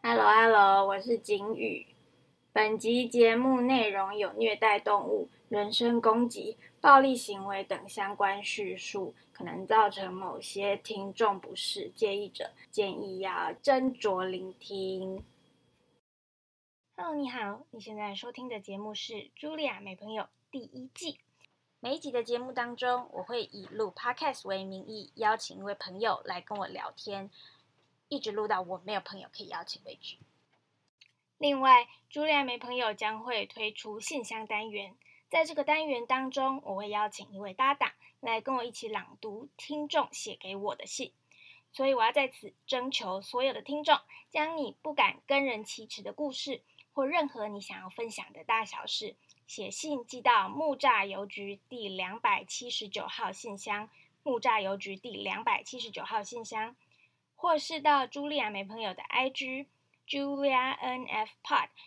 Hello， 我是景宇。本集节目内容有虐待动物、人身攻击、暴力行为等相关叙述，可能造成某些听众不适，介意者建议要斟酌聆听。Hello， 你好，你现在收听的节目是《茱莉亚没朋友》第1季。每一集的节目当中，我会以录 Podcast 为名义，邀请一位朋友来跟我聊天，一直录到我没有朋友可以邀请为止。另外，茱莉亚没朋友将会推出信箱单元，在这个单元当中，我会邀请一位搭档来跟我一起朗读听众写给我的信。所以我要在此征求所有的听众，将你不敢跟人启齿的故事，或任何你想要分享的大小事，写信寄到木栅邮局第279号信箱，木栅邮局第279号信箱，或是到茱莉亚没朋友的 IG JuliaNFPod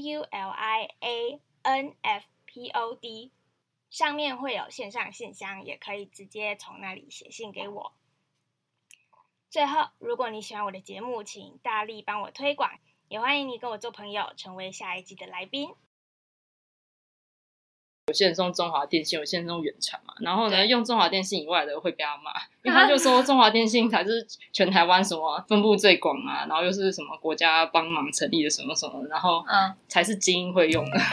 JuliaNFPod 上面会有线上信箱，也可以直接从那里写信给我。最后，如果你喜欢我的节目，请大力帮我推广，也欢迎你跟我做朋友，成为下一季的来宾。 有些人是用中华电信，有些人是用远传嘛。然后呢，用中华电信以外的会被他骂，因为他就说中华电信才是全台湾什么分布最广啊，然后又是什么国家帮忙成立的什么什么，然后才是精英会用的。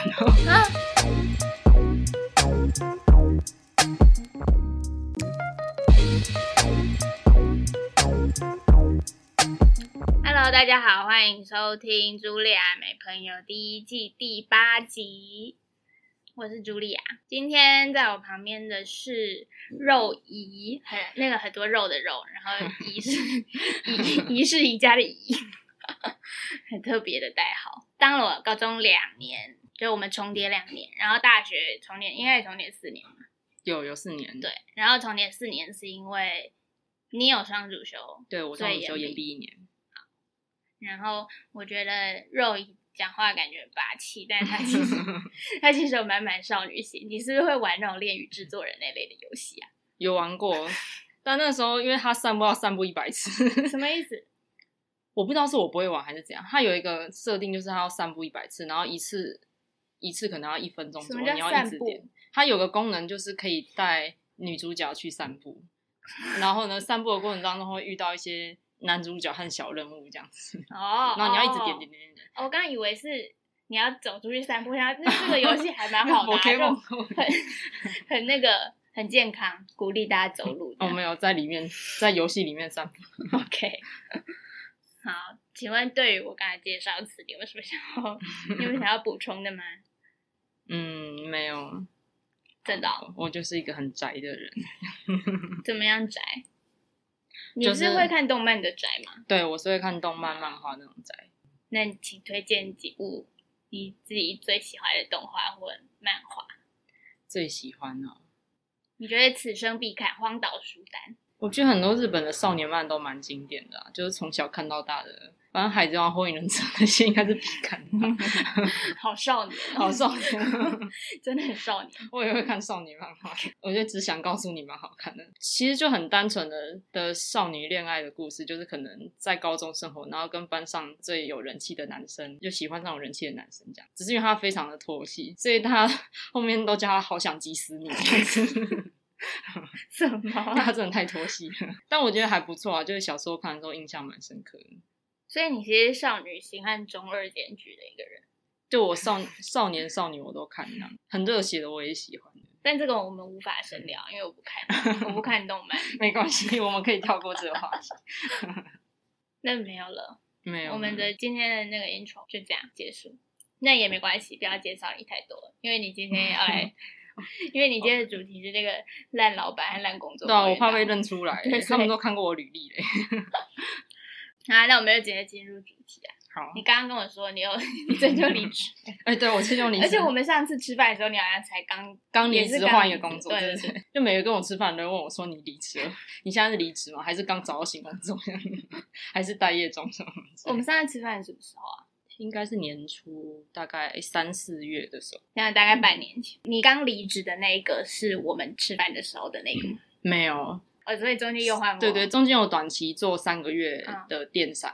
Hello， 大家好，欢迎收听茱莉亚没朋友第1季第8集。我是茱莉亚，今天在我旁边的是肉姨，那个很多肉的肉，然后姨是姨是宜家的姨，很特别的代号。当了我高中2年，就我们重叠2年，然后大学重叠，应该也重叠4年嘛？ 有4年，对。 然后重叠4年是因为你有双主修， 对，我双主修延毕1年。 好，然后我觉得肉姨讲话感觉很霸气，但是他其实有满满少女心。你是不是会玩那种恋与制作人那类的游戏啊？ 有玩过，但那时候因为他散步要散步100次。 什么意思？ 我不知道是我不会玩还是怎样。他有一个设定，就是他要散步100次，然后一次可能要1分钟左右，你要一直点。他有个功能就是可以带女主角去散步，然后呢，散步的过程当中会遇到一些男主角和小任务这样子。然后你要一直点。 我刚刚以为是你要走出去散步，那这个游戏还蛮好的，很那个很健康，鼓励大家走路。 没有在里面，在游戏里面散步。 OK， 好，请问对于我刚才介绍词，你有什么想要补充的吗？ 没有。 真的我就是一个很宅的人。 怎么样宅？你是会看动漫的宅吗？ 对，我是会看动漫、漫画那种宅。 那你请推荐几部你自己最喜欢的动画或漫画。 最喜欢哦？ 你觉得此生必看《荒岛书丹》？ 我觉得很多日本的少年漫都蛮经典的就是从小看到大的。反正《海贼王》《火影忍者》那些应该是必看的。 好少年好少年真的很少年。 我也会看少女漫画，我就只想告诉你蛮好看的。其实就很单纯的少女恋爱的故事，就是可能在高中生活，然后跟班上最有人气的男生就喜欢上有人气的男生这样。只是因为他非常的拖戏，所以他后面都叫他好想急死你这样子。 什么？ 他真的太拖戏了。但我觉得还不错啊，就是小时候看的时候印象蛮深刻的。 所以你其实是少女心和中二兼具的一个人。 就我少年少女我都看，很热血的我也喜欢。 但这个我们无法深聊，因为我不看动漫。 没关系，我们可以跳过这个话题。 那没有了， 没有。 我们的今天的那个 intro 就这样结束。那也没关系，不要介绍你太多，因为你今天要来。因为你今天的主题是那个烂老板和烂工作。 对啊，我怕被认出来。他们都看过我履历嘞。 那我们就直接进入主题啊。 好， 你刚刚跟我说你这就离职。 对，我就离职。 而且我们上次吃饭的时候，你好像才刚离职换一个工作。 对。 就每个跟我吃饭的人问我说：“你离职了？你现在是离职吗？还是刚找到新工作？还是待业中什么？” 我们上次吃饭是什么时候啊？ 应该是年初，大概3、4月的时候。 那大概半年前。你刚离职的那一个是我们吃饭的时候的那个吗？ 没有。 所以中间又换过。 对，中间有短期做3个月的电商。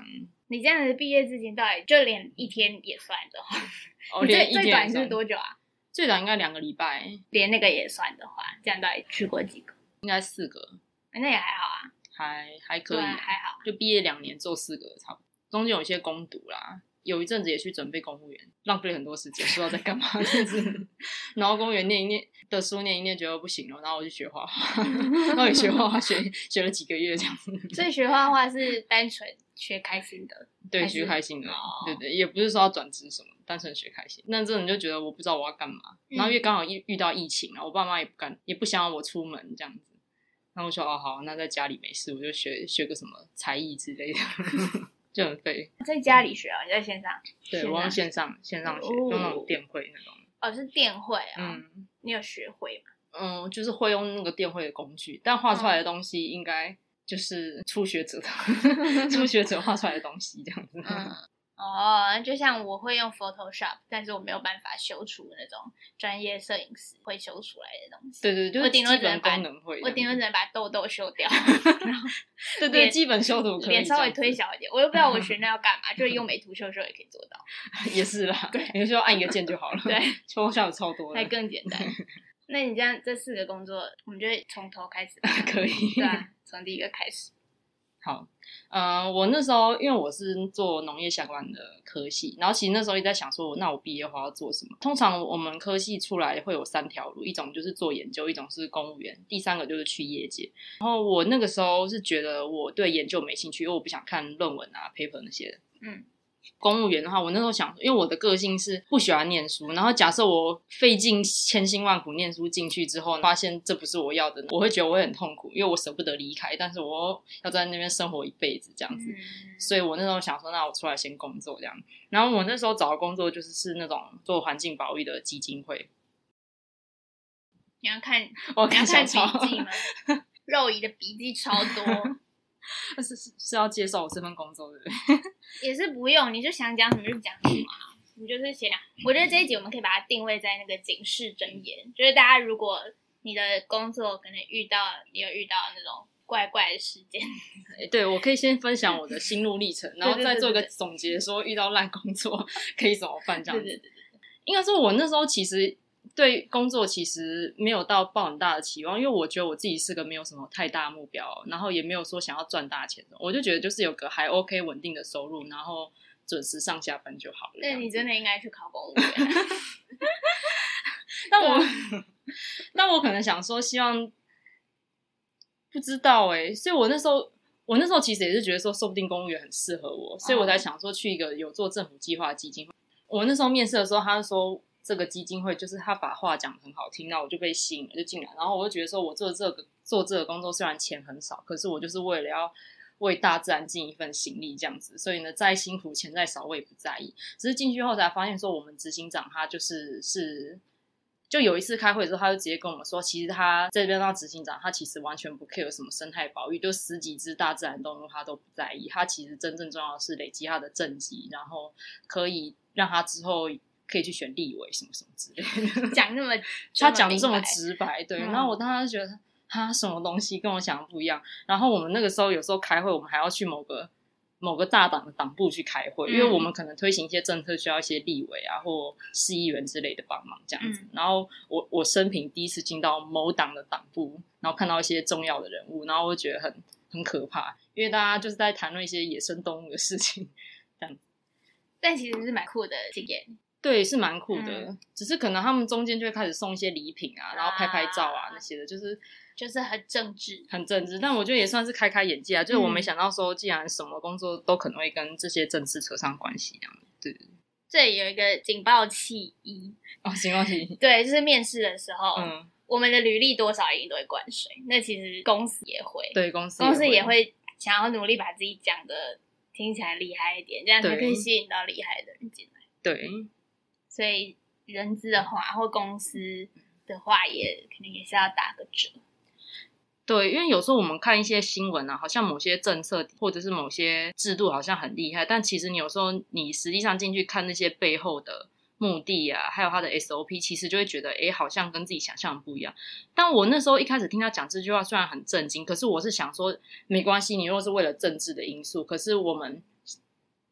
你这样子毕业至今到底就连一天也算的话， 哦，连一天最短是多久啊？ 最短应该2个礼拜， 连那个也算的话，这样到底去过几个？ 应该4个， 那也还好啊， 还可以， 还好， 就毕业2年做4个差不多，中间有一些攻读啦，有一阵子也去准备公务员，浪费了很多时间，不知道在干嘛，就是然后公务员念一念的书念一念觉得不行了，然后我就学画画，然后也学画画学了几个月这样子。 所以学画画是单纯学开心的， 对，学开心的，对对，也不是说要转职什么，单纯学开心。那真的就觉得我不知道我要干嘛，然后因为刚好遇到疫情，我爸妈也不想让我出门这样子，然后我说好，那在家里没事，我就学个什么才艺之类的。就很废， 在家里学你在线上？ 对，我用线上学，用那种电绘那种。 哦，是电绘啊。你有学会吗？就是会用那个电绘的工具，但画出来的东西应该就是初学者画出来的东西这样子。 就像我会用 Photoshop， 但是我没有办法修出那种专业摄影师会修出来的东西。 对，就是基本功能会。 我顶多只能把痘痘修掉，然后对，基本修图可以， 脸稍微推小一点。我又不知道我学那要干嘛，就是用美图秀秀也可以做到。 也是啦，对，你就按一个键就好了。对，Photoshop 超多的， 还更简单。那你这样这4个工作，我们就会从头开始吧。 可以， 对啊，从第一个开始。 好，我那时候因为我是做农业相关的科系，然后其实那时候一直在想说，那我毕业后要做什么？通常我们科系出来会有3条路，一种就是做研究，一种是公务员，第3个就是去业界。然后我那个时候是觉得我对研究没兴趣，因为我不想看论文啊、paper 那些的。公务员的话，我那时候想，因为我的个性是不喜欢念书，然后假设我费尽千辛万苦念书进去之后，发现这不是我要的，我会觉得我会很痛苦，因为我舍不得离开，但是我要在那边生活一辈子这样子。所以我那时候想说，那我出来先工作这样。然后我那时候找的工作是那种做环境保育的基金会。 你要看小抄笔记吗？肉姨的笔记超多。 是要介绍我这份工作对不对？ 也是不用，你就想讲什么就讲什么啊，你就是写两。我觉得这一集我们可以把它定位在那个警示箴言，就是大家如果你的工作可能你有遇到那种怪怪的事件， 对，我可以先分享我的心路历程，然后再做一个总结，说遇到烂工作可以怎么办这样子。对，应该说我那时候其实对工作其实没有到抱很大的期望，因为我觉得我自己是个没有什么太大目标，然后也没有说想要赚大钱的，我就觉得就是有个还 OK 稳定的收入，然后准时上下班就好了。 那你真的应该去考公务员。 但我可能想说希望不知道所以我那时候其实也是觉得说说不定公务员很适合我，所以我才想说去一个有做政府计划的基金会。我那时候面试的时候他就说这个基金会就是他把话讲得很好听，那我就被吸引了就进来，然后我就觉得说我做这个工作虽然钱很少，可是我就是为了要为大自然尽一份心力这样子，所以呢再辛苦钱再少我也不在意。只是进去后才发现说我们执行长他就有一次开会的时候他就直接跟我们说，其实他这边当执行长他其实完全不 care 什么生态保育，就10几只大自然动物他都不在意，他其实真正重要的是累积他的政绩，然后可以让他之后可以去选立委什么什么之类的。他讲这么直白，对。然后我当时觉得他什么东西跟我想的不一样。然后我们那个时候有时候开会，我们还要去某个大党的党部去开会，因为我们可能推行一些政策需要一些立委啊或市议员之类的帮忙这样子。然后我生平第一次进到某党的党部，然后看到一些重要的人物，然后我就觉得很可怕，因为大家就是在谈论一些野生动物的事情这样子。 但其实是蛮酷的经验。 对，是蛮酷的，只是可能他们中间就会开始送一些礼品啊，然后拍拍照啊那些的， 就是很政治， 但我觉得也算是开开眼界啊。就是我没想到说，既然什么工作都可能会跟这些政治扯上关系这样。对， 这里有一个警报器警报器。 对，就是面试的时候，我们的履历多少一定都会灌水。那其实公司也会， 对，公司也会想要努力把自己讲的听起来厉害一点，这样才可以吸引到厉害的人进来。 对。 所以人资的话或公司的话也可能也是要打个折。 对，因为有时候我们看一些新闻啊，好像某些政策或者是某些制度好像很厉害，但其实你有时候你实际上进去看那些背后的目的啊，还有它的 SOP， 其实就会觉得好像跟自己想象的不一样。但我那时候一开始听他讲这句话虽然很震惊，可是我是想说没关系，你如果是为了政治的因素，可是我们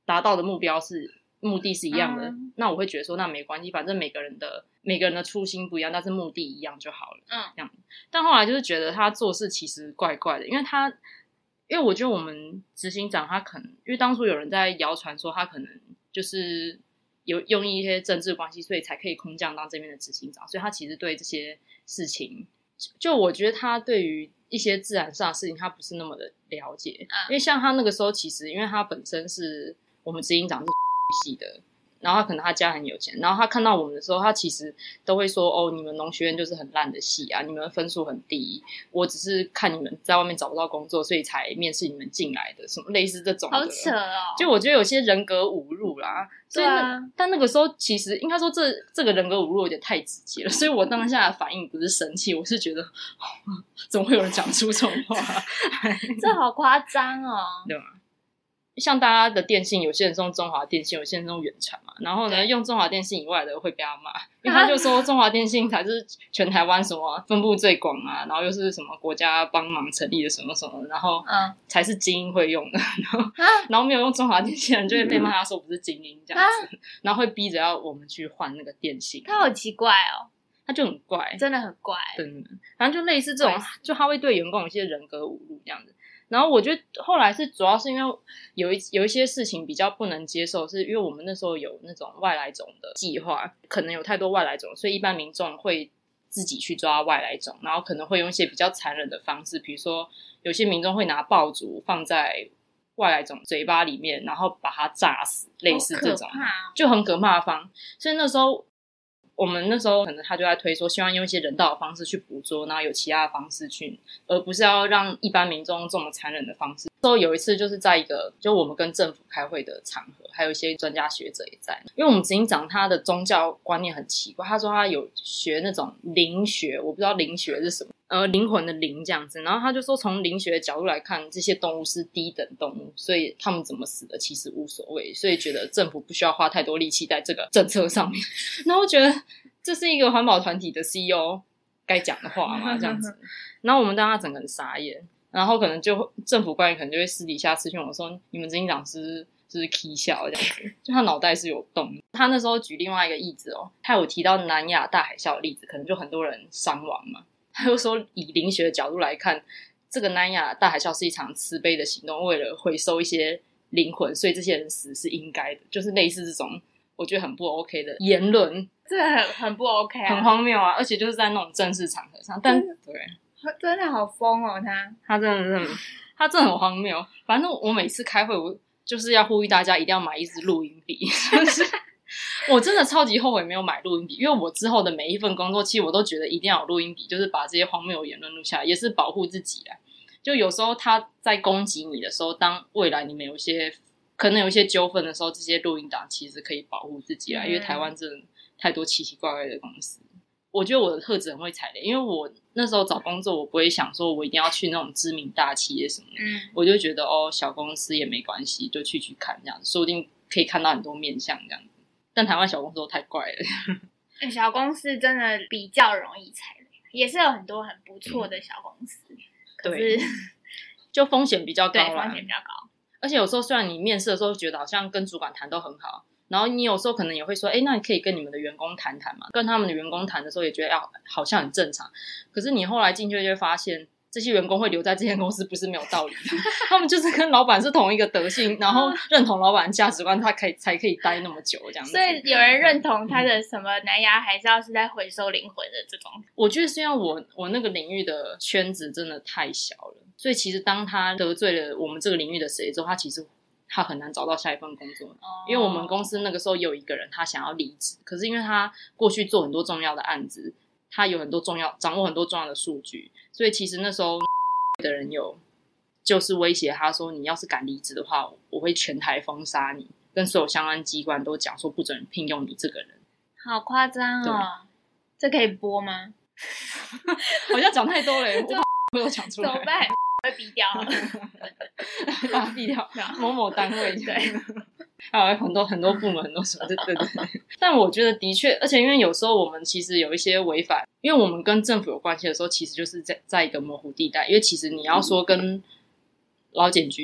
达到的目的是一样的，那我会觉得说那没关系，反正每个人的初心不一样，但是目的一样就好了。这样。但后来就是觉得他做事其实怪怪的，因为我觉得我们执行长他可能，因为当初有人在谣传说他可能就是有用一些政治关系，所以才可以空降当这边的执行长，所以他其实对这些事情，就我觉得他对于一些自然上的事情他不是那么的了解。因为像他那个时候其实因为他本身是我们执行长是系的，然后他可能他家很有钱，然后他看到我们的时候他其实都会说哦，你们农学院就是很烂的系啊，你们分数很低，我只是看你们在外面找不到工作所以才面试你们进来的，什么类似这种的。 好扯哦， 就我觉得有些人格侮辱啦，所以但那个时候其实应该说这个人格侮辱有点太直接了，所以我当下的反应不是生气，我是觉得怎么会有人讲出这种话这好夸张哦。 对吗？像大家的电信，有些人是用中华电信，有些人是用远传嘛。然后呢，用中华电信以外的会被他骂，因为他就说中华电信才是全台湾什么分布最广啊，然后又是什么国家帮忙成立的什么什么，然后才是精英会用的。然后没有用中华电信的人就会被骂，他说不是精英这样子，然后会逼着要我们去换那个电信。 他好奇怪哦。 他就很怪， 真的很怪。 对，反正就类似这种，就他会对员工有些人格侮辱这样子。然后我觉得后来是主要是因为有一些事情比较不能接受，是因为我们那时候有那种外来种的计划，可能有太多外来种，所以一般民众会自己去抓外来种，然后可能会用一些比较残忍的方式，比如说有些民众会拿爆竹放在外来种嘴巴里面，然后把它炸死，类似这种，就很可怕的方。所以那时候我们那时候可能他就在推说希望用一些人道的方式去捕捉，然后有其他的方式去，而不是要让一般民众用这么残忍的方式。之后有一次就是在一个就我们跟政府开会的场合，还有一些专家学者也在，因为我们执行长他的宗教观念很奇怪，他说他有学那种灵学，我不知道灵学是什么，灵魂的灵这样子，然后他就说从灵学的角度来看，这些动物是低等动物，所以他们怎么死的其实无所谓，所以觉得政府不需要花太多力气在这个政策上面。然后我觉得这是一个环保团体的 CEO 该讲的话嘛，这样子。然后我们当时整个人傻眼，然后可能就政府官员可能就会私底下私讯我说你们执行长是起笑这样子，就他脑袋是有洞。他那时候举另外一个例子他有提到南亚大海啸的例子，可能就很多人伤亡嘛，他就说以灵学的角度来看，这个南亚大海啸是一场慈悲的行动，为了回收一些灵魂，所以这些人死是应该的，就是类似这种我觉得很不 OK 的言论。 这很不 OK 啊， 很荒谬啊，而且就是在那种正式场合上。但对， 真的好疯哦， 他真的很荒谬。反正我每次开会，我就是要呼吁大家一定要买一支录音笔。就是我真的超级后悔没有买录音笔，因为我之后的每一份工作，其实我都觉得一定要有录音笔，就是把这些荒谬的言论录下来，也是保护自己啦。就有时候他在攻击你的时候，当未来你们可能有一些纠纷的时候，这些录音档其实可以保护自己啦。因为台湾真的太多奇奇怪怪的公司。我觉得我的特质很会踩雷，因为我那时候找工作，我不会想说我一定要去那种知名大企业什么的，我就觉得小公司也没关系，就去看这样子，说不定可以看到很多面向这样子。但台湾小公司都太怪了， 小公司真的比较容易踩雷，也是有很多很不错的小公司，可是对，就风险比较高啦， 对，风险比较高。 而且有时候虽然你面试的时候觉得好像跟主管谈都很好，然后你有时候可能也会说那你可以跟你们的员工谈谈嘛，跟他们的员工谈的时候也觉得好像很正常，可是你后来进去就会发现这些员工会留在这间公司不是没有道理的，他们就是跟老板是同一个德性，然后认同老板的价值观，他才可以待那么久这样子。 所以有人认同他的什么南亚海啸是在回收灵魂的这种。 我觉得虽然我那个领域的圈子真的太小了，所以其实当他得罪了我们这个领域的谁之后，他很难找到下一份工作，因为我们公司那个时候有一个人他想要离职，可是因为他过去做很多重要的案子，他有掌握很多重要的数据，所以其实那时候的人就是威胁他说你要是敢离职的话，我会全台封杀你，跟所有相关机关都讲说不准聘用你这个人。好夸张哦，这可以播吗？ 好像讲太多了我没有讲出来， 怎么办？会逼掉把它逼掉某某单位对，还有很多部门很多什么对。但我觉得的确，而且因为有时候我们其实有一些违反，因为我们跟政府有关系的时候，其实就是在一个模糊地带，因为其实你要说跟劳检局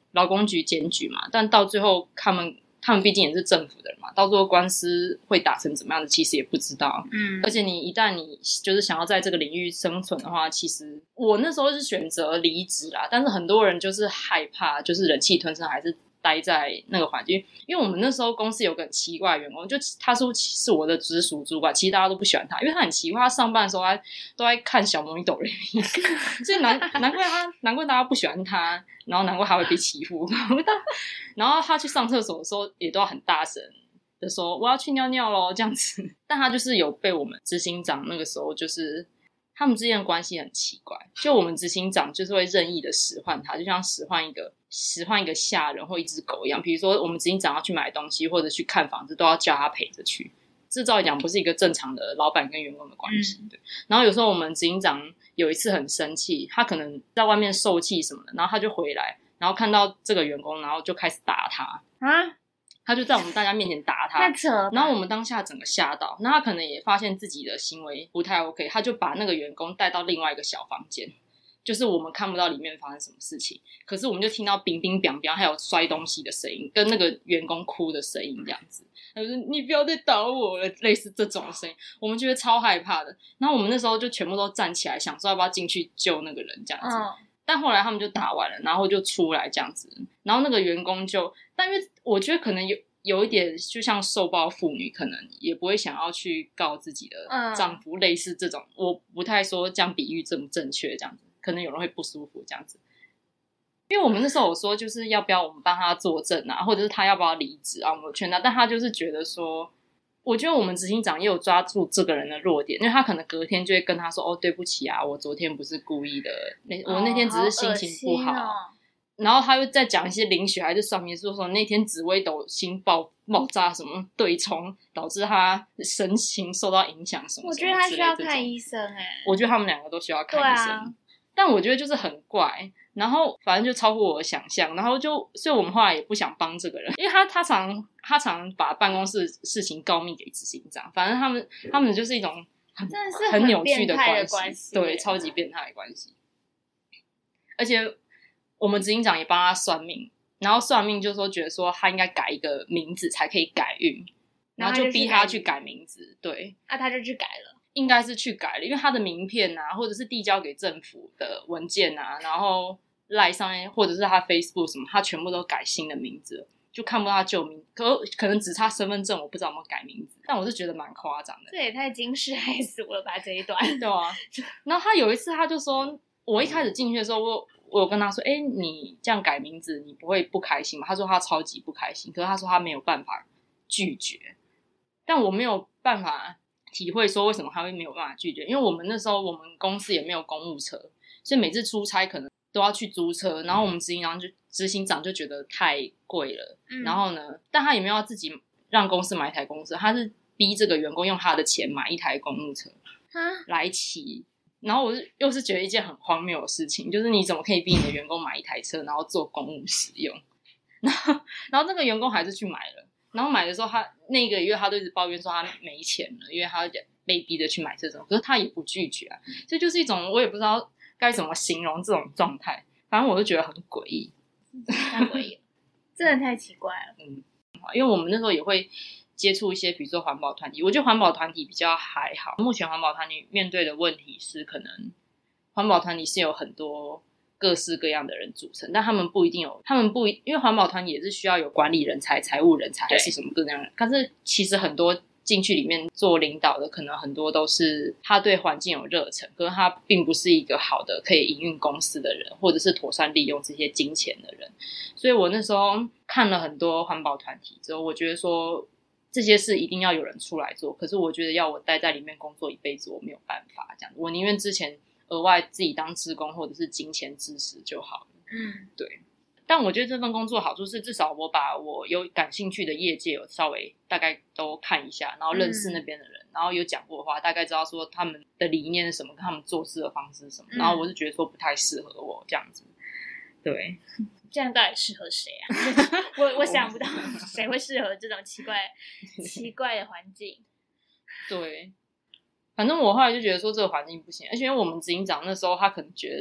劳工局检举嘛，但到最后他们毕竟也是政府的人嘛，到最后官司会打成怎么样的，其实也不知道。而且一旦你就是想要在这个领域生存的话，其实我那时候是选择离职啦，但是很多人就是害怕，就是忍气吞声，还是待在那个环境。因为我们那时候公司有个很奇怪的员工，就他说是我的直属主管，其实大家都不喜欢他，因为他很奇怪，他上班的时候他都在看小魔女哆瑞咪，所以难怪大家不喜欢他，然后难怪他会被欺负。然后他去上厕所的时候也都要很大声的说我要去尿尿咯这样子。但他就是有被我们执行长那个时候就是他们之间的关系很奇怪，就我们执行长就是会任意的使唤他，就像使唤一个下人或一只狗一样。比如说我们执行长要去买东西或者去看房子，都要叫他陪着去。这照理讲不是一个正常的老板跟员工的关系。对。然后有时候我们执行长有一次很生气，他可能在外面受气什么的，然后他就回来，然后看到这个员工，然后就开始打他啊，他就在我们大家面前打他， 太扯了。 然后我们当下整个吓到，那他可能也发现自己的行为不太 OK， 他就把那个员工带到另外一个小房间，就是我们看不到里面发生什么事情，可是我们就听到冰冰冰冰，还有摔东西的声音，跟那个员工哭的声音这样子。他就说你不要再打我了，类似这种声音，我们觉得超害怕的。然后我们那时候就全部都站起来，想说要不要进去救那个人这样子。但后来他们就打完了，然后就出来这样子。然后那个员工就，但因为我觉得可能有一点，就像受暴妇女，可能也不会想要去告自己的丈夫，类似这种。我不太说这样比喻正不正确，这样子可能有人会不舒服这样子。因为我们那时候有说，就是要不要我们帮他作证啊，或者是他要不要离职啊，我们有劝他，但他就是觉得说，我觉得我们执行长也有抓住这个人的弱点，因为他可能隔天就会跟他说，哦，对不起啊，我昨天不是故意的，我那天只是心情不好。然后他又再讲一些灵学还是上面说那天紫微斗星爆炸什么对冲，导致他神情受到影响什么。 我觉得他需要看医生我觉得他们两个都需要看医生。但我觉得就是很怪，然后反正就超乎我的想象，然后所以我们后来也不想帮这个人，因为他常把办公室事情告密给执行长，反正他们就是一种很扭曲的关系，对，超级变态的关系。而且我们执行长也帮他算命，然后算命就说觉得说他应该改一个名字才可以改运，然后就逼他去改名字。对， 他就去改了。 应该是去改了，因为他的名片啊，或者是递交给政府的文件啊，然后LINE上面或者是他 Facebook 什么，他全部都改新的名字了，就看不到他旧名，可能只差身份证，我不知道有没有改名字，但我是觉得蛮夸张的。 这也太惊世骇俗了吧这一段。 对啊。然后他有一次他就说，我一开始进去的时候，我有跟他说，你这样改名字，你不会不开心吗？他说他超级不开心，可是他说他没有办法拒绝，但我没有办法体会说为什么他会没有办法拒绝，因为我们那时候我们公司也没有公务车，所以每次出差可能都要去租车，然后我们执行长就觉得太贵了，然后呢，但他也没有要自己让公司买一台公车，他是逼这个员工用他的钱买一台公务车来骑。然后我又是觉得一件很荒谬的事情，就是你怎么可以逼你的员工买一台车然后做公务使用。然后那个员工还是去买了，然后买的时候他那个月他都一直抱怨说他没钱了，因为他被逼着去买这种，可是他也不拒绝啊，所以就是一种我也不知道该怎么形容这种状态，反正我就觉得很诡异。 太诡异了，真的太奇怪了。 因为我们那时候也会接触一些比如说环保团体，我觉得环保团体比较还好，目前环保团体面对的问题是可能环保团体是有很多各式各样的人组成，但他们不一定有，因为环保团体也是需要有管理人才、财务人才还是什么各样的人，但是其实很多进去里面做领导的可能很多都是他对环境有热忱，可是他并不是一个好的可以营运公司的人，或者是妥善利用这些金钱的人。所以我那时候看了很多环保团体之后，我觉得说这些事一定要有人出来做，可是我觉得要我待在里面工作一辈子我没有办法这样，我宁愿之前额外自己当志工或者是金钱支持就好了。对。但我觉得这份工作好处是至少我把我有感兴趣的业界有稍微大概都看一下，然后认识那边的人，然后有讲过的话大概知道说他们的理念是什么，他们做事的方式是什么，然后我是觉得说不太适合我这样子。对， 这样到底适合谁啊？我想不到谁会适合这种奇怪的环境。对， 反正我后来就觉得说这个环境不行，而且因为我们执行长那时候他可能觉得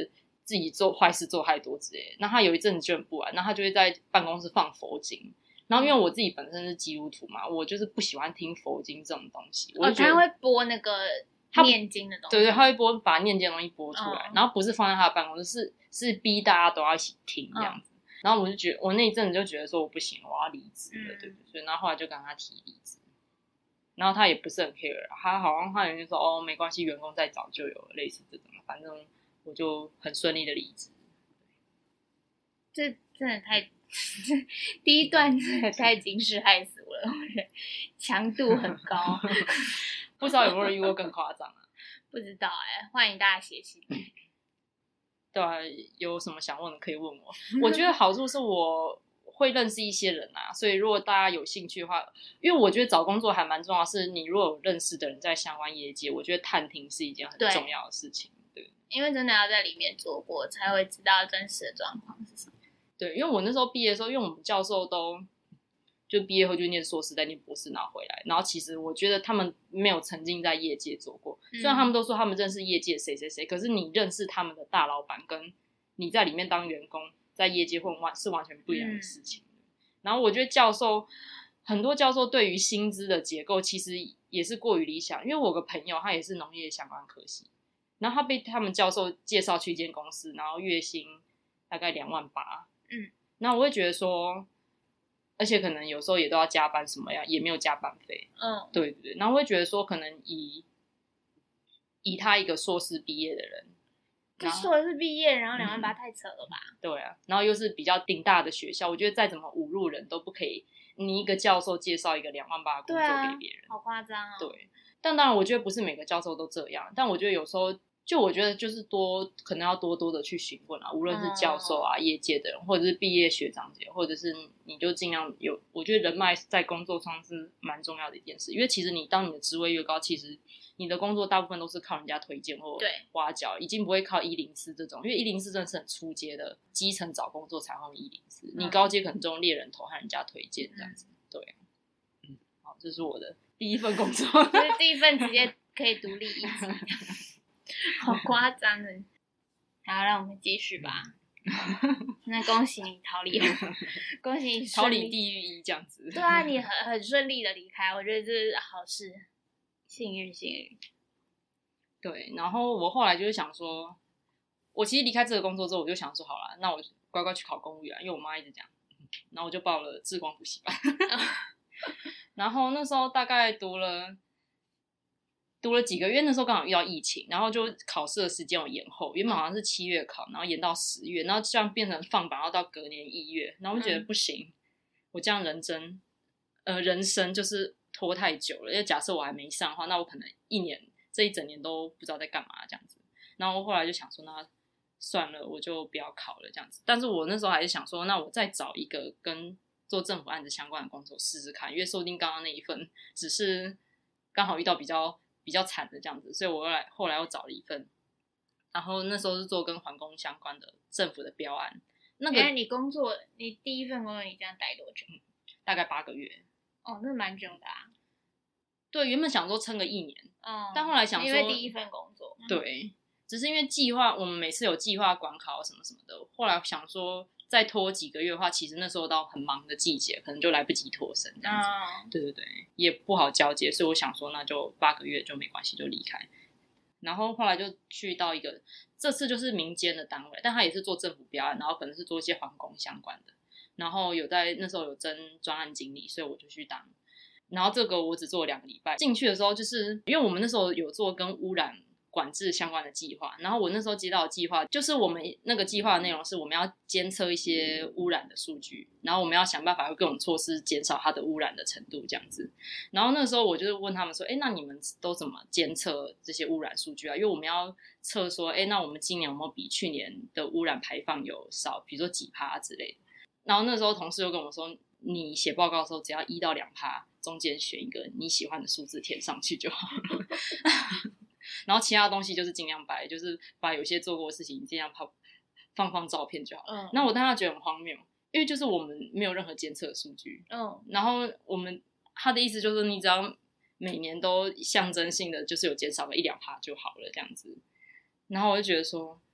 自己做坏事做太多之类的。那他有一阵子就很不安，然后他就会在办公室放佛经。然后因为我自己本身是基督徒嘛，我就是不喜欢听佛经这种东西。我就觉得他会播那个念经的东西。 对，他会把念经的东西播出来，然后不是放在他的办公室，是逼大家都要一起听这样子。然后我就觉得，我那一阵子就觉得说我不行，我要离职了，对不对？所以然后后来就跟他提离职。然后他也不是很 care， 他好像他有人说哦没关系，员工再找就有了，类似这种，反正我就很顺利的离职。 这真的太第一段真的太惊世骇俗了，我觉得强度很高。 不知道有没有人遇过更夸张啊？ 不知道欢迎大家写信。 对啊，有什么想问的可以问我。我觉得好处是我会认识一些人啊，所以如果大家有兴趣的话，因为我觉得找工作还蛮重要的是，你如果有认识的人在相关业界，我觉得探听是一件很重要的事情。对， 因为真的要在里面做过，才会知道真实的状况是什么。 对，因为我那时候毕业的时候，因为我们教授都就毕业后就念硕士，再念博士拿回来，然后其实我觉得他们没有曾经在业界做过，虽然他们都说他们认识业界谁谁谁，可是你认识他们的大老板，跟你在里面当员工，在业界混是完全不一样的事情。然后我觉得很多教授对于薪资的结构其实也是过于理想，因为我有个朋友他也是农业相关科系，然后他被他们教授介绍去一间公司，然后月薪大概28000。然后我会觉得说，而且可能有时候也都要加班什么呀，也没有加班费。对对对。然后我会觉得说，可能以他一个硕士毕业的人， 硕士毕业然后28000太扯了吧？ 对啊，然后又是比较顶大的学校，我觉得再怎么侮辱人都不可以，你一个教授介绍一个28000的工作给别人， 好夸张哦。 对，但当然我觉得不是每个教授都这样，但我觉得有时候。就我觉得就是可能要多多的去询问啊，无论是教授啊、业界的人，或者是毕业学长姐，或者是你就尽量有，我觉得人脉在工作上是蛮重要的一件事，因为其实当你的职位越高，其实你的工作大部分都是靠人家推荐或挖角，已经不会靠104这种，因为104真的是很初阶的基层找工作才会用104，你高阶可能就用猎人头和人家推荐这样子。对，好，这是我的第一份工作， 就是第一份直接可以独立一级。好夸张的。好，让我们继续吧。那恭喜你逃离，恭喜你逃离地狱1这样子。 对啊，你很顺利的离开，我觉得这是好事，幸运。 对，然后我后来就是想说，我其实离开这个工作之后，我就想说，好了，那我乖乖去考公务员，因为我妈一直讲，然后我就报了志光补习班。然后那时候大概读了几个月，那时候刚好遇到疫情，然后就考试的时间有延后，原本好像是7月考，然后延到10月，然后这样变成放榜，要到隔年1月，然后我觉得不行，我这样人生就是拖太久了，因为假设我还没上的话，那我可能这一整年都不知道在干嘛这样子，然后我后来就想说，那算了，我就不要考了这样子，但是我那时候还是想说，那我再找一个跟做政府案子相关的工作试试看，因为说不定刚刚那一份只是刚好遇到比较惨的这样子，所以我后来又找了一份，然后那时候是做跟环工相关的政府的标案。 你第一份工作你这样待多久？ 大概8个月。 哦，那蛮久的啊。 对，原本想说撑个1年，但后来想说， 因为第一份工作， 对，只是因为我们每次有计划管考什么什么的，后来想说再拖几个月的话，其实那时候到很忙的季节，可能就来不及脱身这样子。对对对，也不好交接，所以我想说那就8个月就没关系，就离开。然后后来就去到一个，这次就是民间的单位，但他也是做政府标案，然后可能是做一些环工相关的，然后那时候有征专案经理，所以我就去当。然后这个我只做了2个礼拜，进去的时候就是因为我们那时候有做跟污染管制相关的计划，然后我那时候接到的计划就是我们那个计划的内容是我们要监测一些污染的数据，然后我们要想办法用各种措施减少它的污染的程度这样子。然后那个时候我就问他们说，那你们都怎么监测这些污染数据啊？因为我们要测说，那我们今年有没有比去年的污染排放有少，比如说几%之类的。然后那时候同事就跟我说，你写报告的时候只要1到2%中间选一个你喜欢的数字填上去就好了。然后其他的东西就是尽量白，就是把有些做过的事情尽量放照片就好。那我当时觉得很荒谬，因为就是我们没有任何监测数据。然后他的意思就是你只要每年都象征性的就是有减少个1-2%就好了这样子。然后我就觉得说，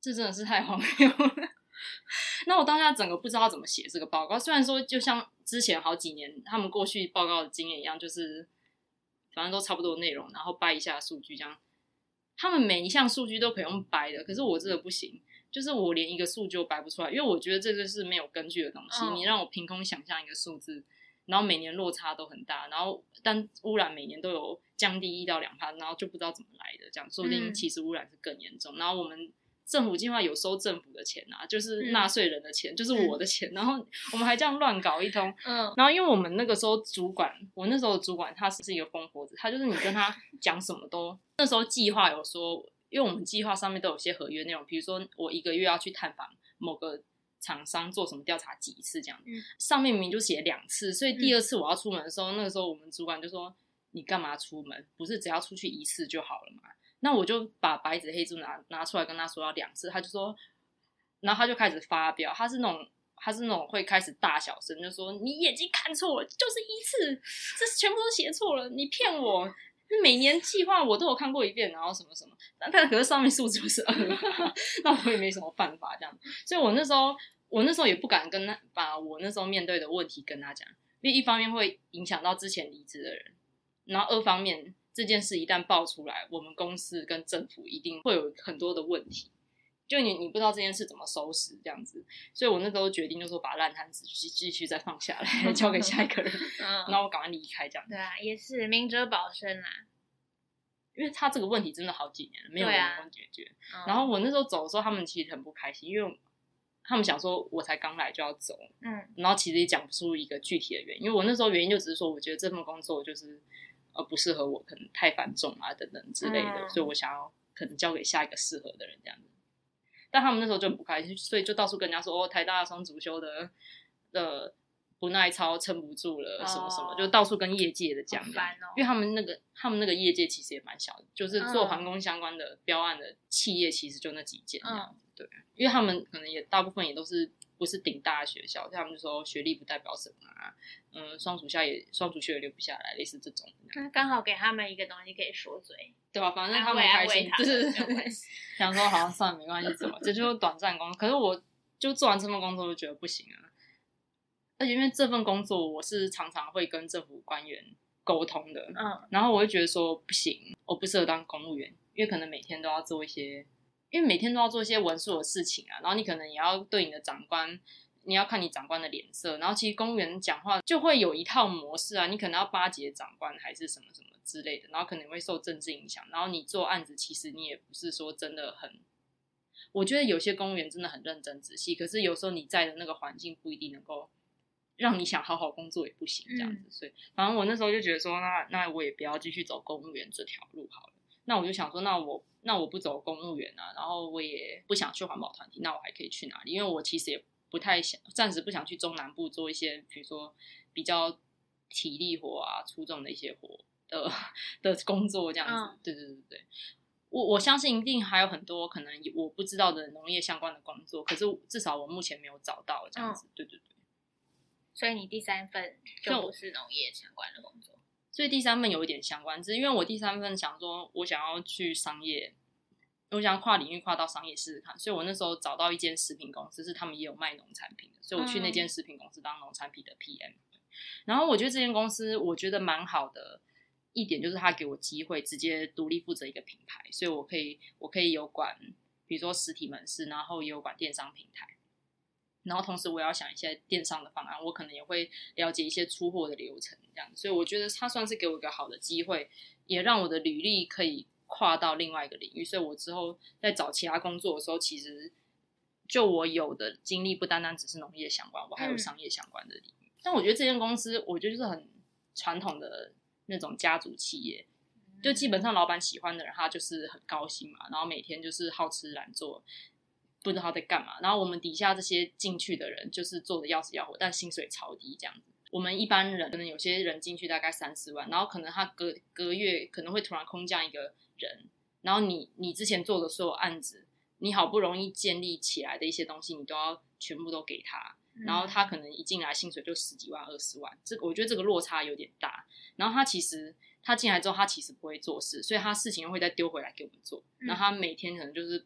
这真的是太荒谬了。那我当下整个不知道怎么写这个报告，虽然说就像之前好几年他们过去报告的经验一样，就是反正都差不多的内容，然后掰一下数据这样。他们每一项数据都可以用掰的，可是我真的不行，就是我连一个数据都掰不出来，因为我觉得这个是没有根据的东西。你让我凭空想象一个数字，然后每年落差都很大，然后但污染每年都有降低1到2%，然后就不知道怎么来的，这样说不定其实污染是更严重。然后我们政府计划有收政府的钱啊，就是纳税人的钱，就是我的钱，然后我们还这样乱搞一通。然后因为我们那个时候主管，我那时候的主管他是一个疯婆子，他就是你跟他讲什么都，那时候计划有说，因为我们计划上面都有些合约内容，比如说我1个月要去探访某个厂商做什么调查几次这样，上面明明就写2次，所以第2次我要出门的时候，那个时候我们主管就说你干嘛出门？不是只要出去1次就好了吗？那我就把白纸黑字拿出来跟他说要2次，他就说，然后他就开始发飙，他是那种会开始大小声就说你眼睛看错了，就是1次，这全部都写错了，你骗我，每年计划我都有看过一遍，然后什么什么，但可是上面数字是2，那我也没什么办法这样，所以我那时候也不敢把我那时候面对的问题跟他讲，因为一方面会影响到之前离职的人，然后2方面这件事一旦爆出来，我们公司跟政府一定会有很多的问题，就你不知道这件事怎么收拾这样子，所以我那时候决定就说把烂摊子继续再放下来，交给下一个人，然后我赶快离开这样。 对啊，也是明哲保身啦， 因为他这个问题真的好几年了没有人能解决。然后我那时候走的时候，他们其实很不开心，因为他们想说我才刚来就要走，然后其实也讲不出一个具体的原因，因为我那时候原因就只是说我觉得这份工作就是不适合我，可能太繁重啊等等之类的，所以我想要可能交给下一个适合的人这样子。但他们那时候就很不开心，所以就到处跟人家说台大双主修的不耐操撑不住了什么什么，就到处跟业界的讲，因为他们那个业界其实也蛮小的，就是做航空相关的标案的企业其实就那几间这样子，对，因为他们可能也大部分也都是不是顶大的学校，他们就说学历不代表什么啊，双主修也留不下来，类似这种。 刚好给他们一个东西可以说嘴， 对吧？反正他们开心，就是想说好像算了没关系，怎么这就是短暂工作。可是我就做完这份工作就觉得不行啊，而且因为这份工作我是常常会跟政府官员沟通的，然后我会觉得说不行，我不适合当公务员，因为可能每天都要做一些文书的事情啊，然后你可能也要对你的长官，你要看你长官的脸色，然后其实公务员讲话就会有一套模式啊，你可能要巴结长官还是什么什么之类的，然后可能会受政治影响，然后你做案子其实你也不是说真的很，我觉得有些公务员真的很认真仔细，可是有时候你在的那个环境不一定能够让你想好好工作也不行这样子，所以反正我那时候就觉得说那我也不要继续走公务员这条路好了，那我就想说那我不走公务员啊，然后我也不想去环保团体，那我还可以去哪里？因为我其实也不太想，暂时不想去中南部做一些比如说比较体力活啊出众的一些活的工作这样子，对，我相信一定还有很多可能我不知道的农业相关的工作，可是至少我目前没有找到这样子，对。 所以你第3份就不是农业相关的工作， 所以第3份有一点相关，只是因为我第3份想说我想要去商业，我想跨领域跨到商业试试看，所以我那时候找到一间食品公司，是他们也有卖农产品的，所以我去那间食品公司当农产品的 PM，然后我觉得这间公司我觉得蛮好的一点就是他给我机会直接独立负责一个品牌，所以我可以有管比如说实体门市，然后也有管电商平台，然后同时我也要想一些电商的方案，我可能也会了解一些出货的流程这样，所以我觉得他算是给我一个好的机会，也让我的履历可以跨到另外一个领域，所以我之后在找其他工作的时候，其实就我有的经历不单单只是农业相关，我还有商业相关的领域，但我觉得这间公司我觉得就是很传统的那种家族企业，就基本上老板喜欢的人他就是很高兴嘛，然后每天就是好吃懒做不知道他在干嘛，然后我们底下这些进去的人就是做的要死要活，但薪水超低这样子，我们一般人可能有些人进去大概3-4万，然后可能他隔月可能会突然空降一个人，然后你之前做的所有案子，你好不容易建立起来的一些东西你都要全部都给他，然后他可能一进来薪水就10几万20万，我觉得这个落差有点大，然后他进来之后他其实不会做事，所以他事情会再丢回来给我们做，然后他每天可能就是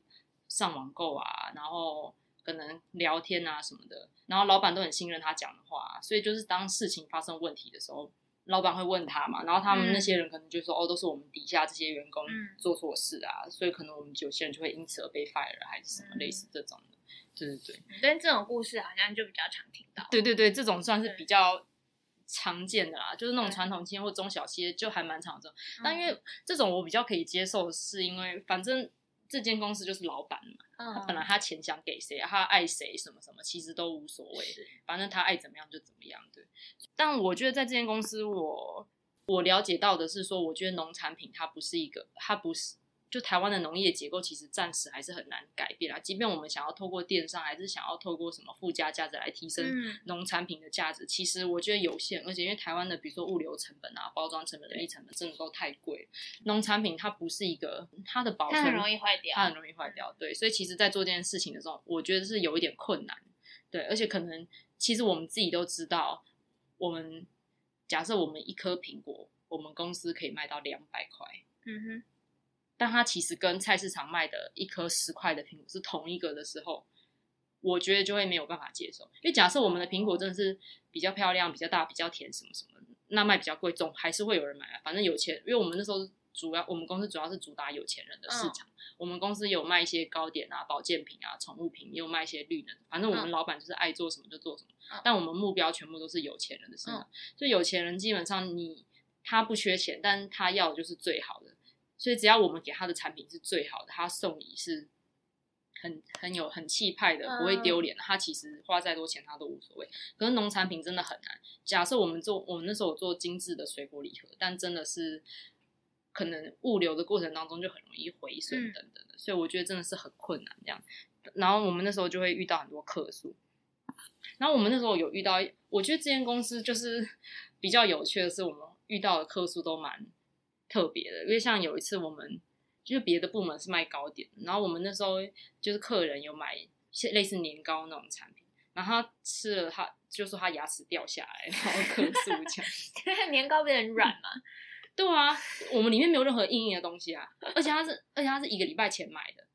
上网购啊，然后可能聊天啊什么的，然后老板都很信任他讲的话，所以就是当事情发生问题的时候，老板会问他嘛，然后他们那些人可能就说，都是我们底下这些员工做错事啊，所以可能我们有些人就会因此而被 fire 还是什么类似这种的。对， 但这种故事好像就比较常听到。 对，这种算是比较常见的啦，就是那种传统企业或中小企业就还蛮常见。但因为这种我比较可以接受，是因为反正这间公司就是老板嘛，他本来他钱想给谁，他爱谁什么什么，其实都无所谓，反正他爱怎么样就怎么样。对，但我觉得在这间公司我了解到的是说，我觉得农产品它不是就台湾的农业结构其实暂时还是很难改变啦，即便我们想要透过电商还是想要透过什么附加价值来提升农产品的价值，其实我觉得有限，而且因为台湾的比如说物流成本啊、包装成本、人力成本真的都太贵，农产品它不是一个它的保存它很容易坏掉， 对，所以其实在做这件事情的时候，我觉得是有一点困难，对，而且可能其实我们自己都知道，假设我们一颗苹果，我们公司可以卖到200块，但它其实跟菜市场卖的一颗10块的苹果是同一个的时候，我觉得就会没有办法接受。因为假设我们的苹果真的是比较漂亮、比较大、比较甜什么什么，那卖比较贵，总还是会有人买啊。反正有钱，因为我们那时候我们公司主要是主打有钱人的市场。我们公司有卖一些糕点啊、保健品啊、宠物品，也有卖一些绿能。反正我们老板就是爱做什么就做什么，但我们目标全部都是有钱人的市场。所以有钱人基本上他不缺钱，但他要的就是最好的。所以只要我们给他的产品是最好的，他送礼是很气派的，不会丢脸，他其实花再多钱他都无所谓。可是农产品真的很难。假设我们那时候有做精致的水果礼盒，但真的是可能物流的过程当中就很容易毁损等等的，所以我觉得真的是很困难这样。然后我们那时候就会遇到很多客诉，然后我们那时候有遇到，我觉得这间公司就是比较有趣的是，我们遇到的客诉都蛮特别的，因为像有一次我们就是别的部门是卖糕点，然后我们那时候就是客人有买类似年糕那种产品，然后他吃了他就说他牙齿掉下来，然后客诉这样。 年糕不是很软吗？ 对啊，我们里面没有任何硬硬的东西啊，而且他是1个礼拜前买的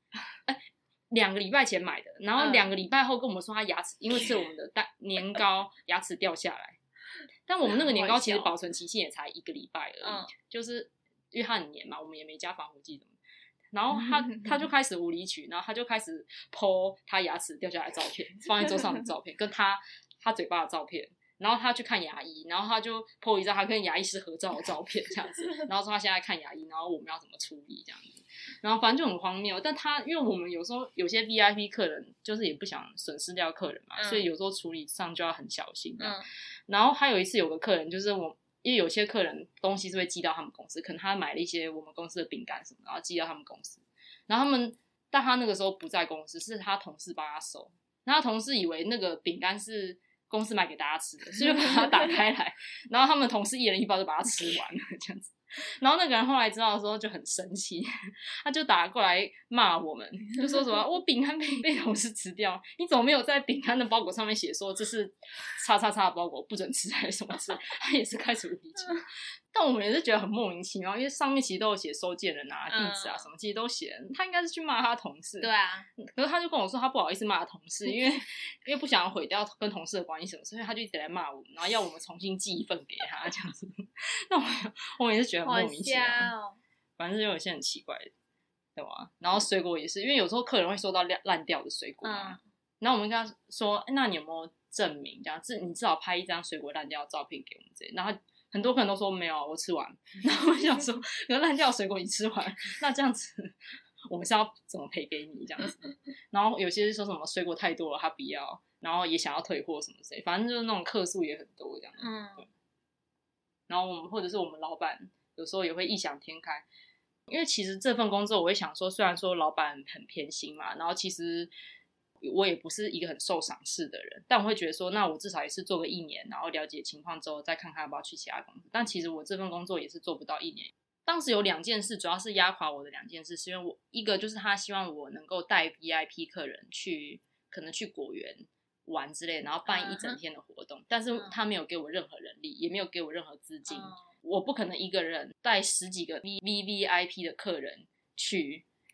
，2个礼拜前买的，然后2个礼拜后跟我们说他牙齿因为吃了我们的年糕牙齿掉下来，但我们那个年糕其实保存期限也才1个礼拜而已，就是因为它很黏嘛，我们也没加防腐剂什么，然后他就开始无理取，然后他就开始 po 他牙齿掉下来的照片，放在桌上的照片，跟他嘴巴的照片，然后他去看牙医，然后他就 po 一张他跟牙医师合照的照片这样子，然后说他现在看牙医，然后我们要怎么处理这样子，然后反正就很荒谬。但因为我们有时候有些 VIP 客人就是也不想损失掉客人嘛，所以有时候处理上就要很小心然后还有一次有个客人就是因为有些客人东西是会寄到他们公司，可能他买了一些我们公司的饼干什么，然后寄到他们公司，然后但他那个时候不在公司，是他同事帮他收，然后他同事以为那个饼干是公司买给大家吃的，所以就把它打开来，然后他们同事一人一包就把它吃完了这样子。然后那个人后来知道的时候就很生气，他就打过来骂我们，就说什么我饼干被同事吃掉，你怎么没有在饼干的包裹上面写说这是叉叉叉的包裹不准吃还是什么之类，他也是开始无理取闹。但我们也是觉得很莫名其妙，因为上面其实都有写收件人啊、地址啊什么，其实都写，他应该是去骂他同事。 对啊， 可是他就跟我说他不好意思骂他同事，因为不想毁掉跟同事的关系什么，所以他就一直来骂我们，然后要我们重新寄一份给他这样子。那我也是觉得很莫名其妙，反正就有些很奇怪的，对吧？然后水果也是，因为有时候客人会收到烂掉的水果嘛，然后我们跟他说，那你有没有证明这样？你至少拍一张水果烂掉的照片给我们之类，然后很多客人都说没有，我吃完。然后我想说，有烂掉的水果你吃完，那这样子我们是要怎么赔给你这样子？然后有些是说什么水果太多了他不要，然后也想要退货什么之类，反正就是那种客诉也很多这样子。对。然后或者是我们老板有时候也会异想天开，因为其实这份工作我会想说，虽然说老板很偏心嘛，然后其实我也不是一个很受赏识的人，但我会觉得说，那我至少也是做个1年，然后了解情况之后再看看要不要去其他公司。但其实我这份工作也是做不到1年。当时有2件事，主要是压垮我的2件事，是因为一个就是他希望我能够带 VIP 客人可能去果园玩之类，然后办一整天的活动，但是他没有给我任何人力，也没有给我任何资金，我不可能一个人带10几个 VVIP 的客人去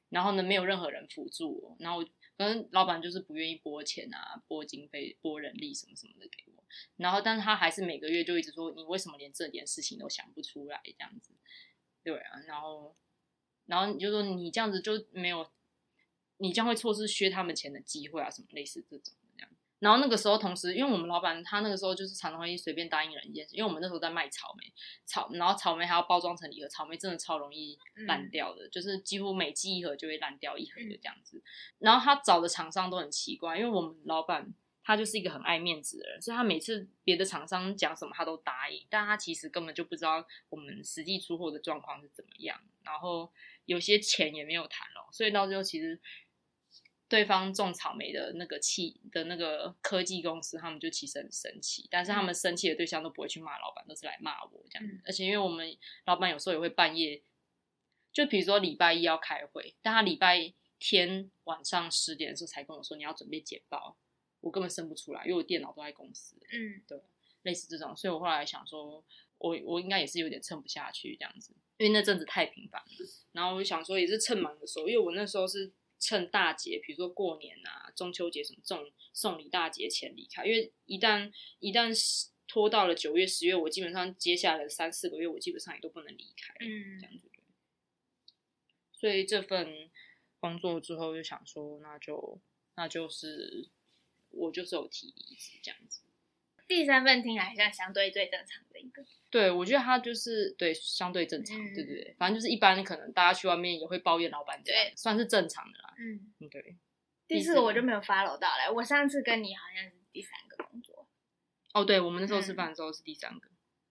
然后呢没有任何人辅助我，然后可能老板就是不愿意拨钱啊，拨经费、拨人力什么什么的给我，然后但是他还是每个月就一直说你为什么连这点事情都想不出来这样子，对啊，然后你就说你这样子就没有，你将会错失削他们钱的机会啊，什么类似这种这样。然后那个时候同时因为我们老板他那个时候就是常常会随便答应人一件事，因为我们那时候在卖草莓，然后草莓还要包装成礼盒，草莓真的超容易烂掉的，就是几乎每寄一盒就会烂掉一盒的这样子。然后他找的厂商都很奇怪，因为我们老板他就是一个很爱面子的人，所以他每次别的厂商讲什么他都答应，但他其实根本就不知道我们实际出货的状况是怎么样，然后有些钱也没有谈了，所以到最后其实对方种草莓的那个科技公司，他们就其实很生气，但是他们生气的对象都不会去骂老板，都是来骂我这样子。而且因为我们老板有时候也会半夜，就比如说礼拜一要开会，但他礼拜天晚上10点的时候才跟我说你要准备简报，我根本生不出来，因为我电脑都在公司。对，类似这种，所以我后来想说，我应该也是有点撑不下去这样子，因为那阵子太频繁了。然后我就想说，也是趁忙的时候，因为我那时候是趁大节，比如说过年啊、中秋节什么这种送礼大节前离开，因为一旦拖到了9月、10月，我基本上接下来的3-4个月，我基本上也都不能离开，这样子。所以这份工作之后就想说，那就是我就是有提离职这样子。 第3份听来像相对最正常的一个。 对，我觉得他就是对相对正常，对对对，反正就是一般可能大家去外面也会抱怨老板这样，算是正常的啦。对。 第4个我就没有 follow 到了，我上次跟你好像是第3个工作。 哦，对，我们那时候吃饭的时候是第3个。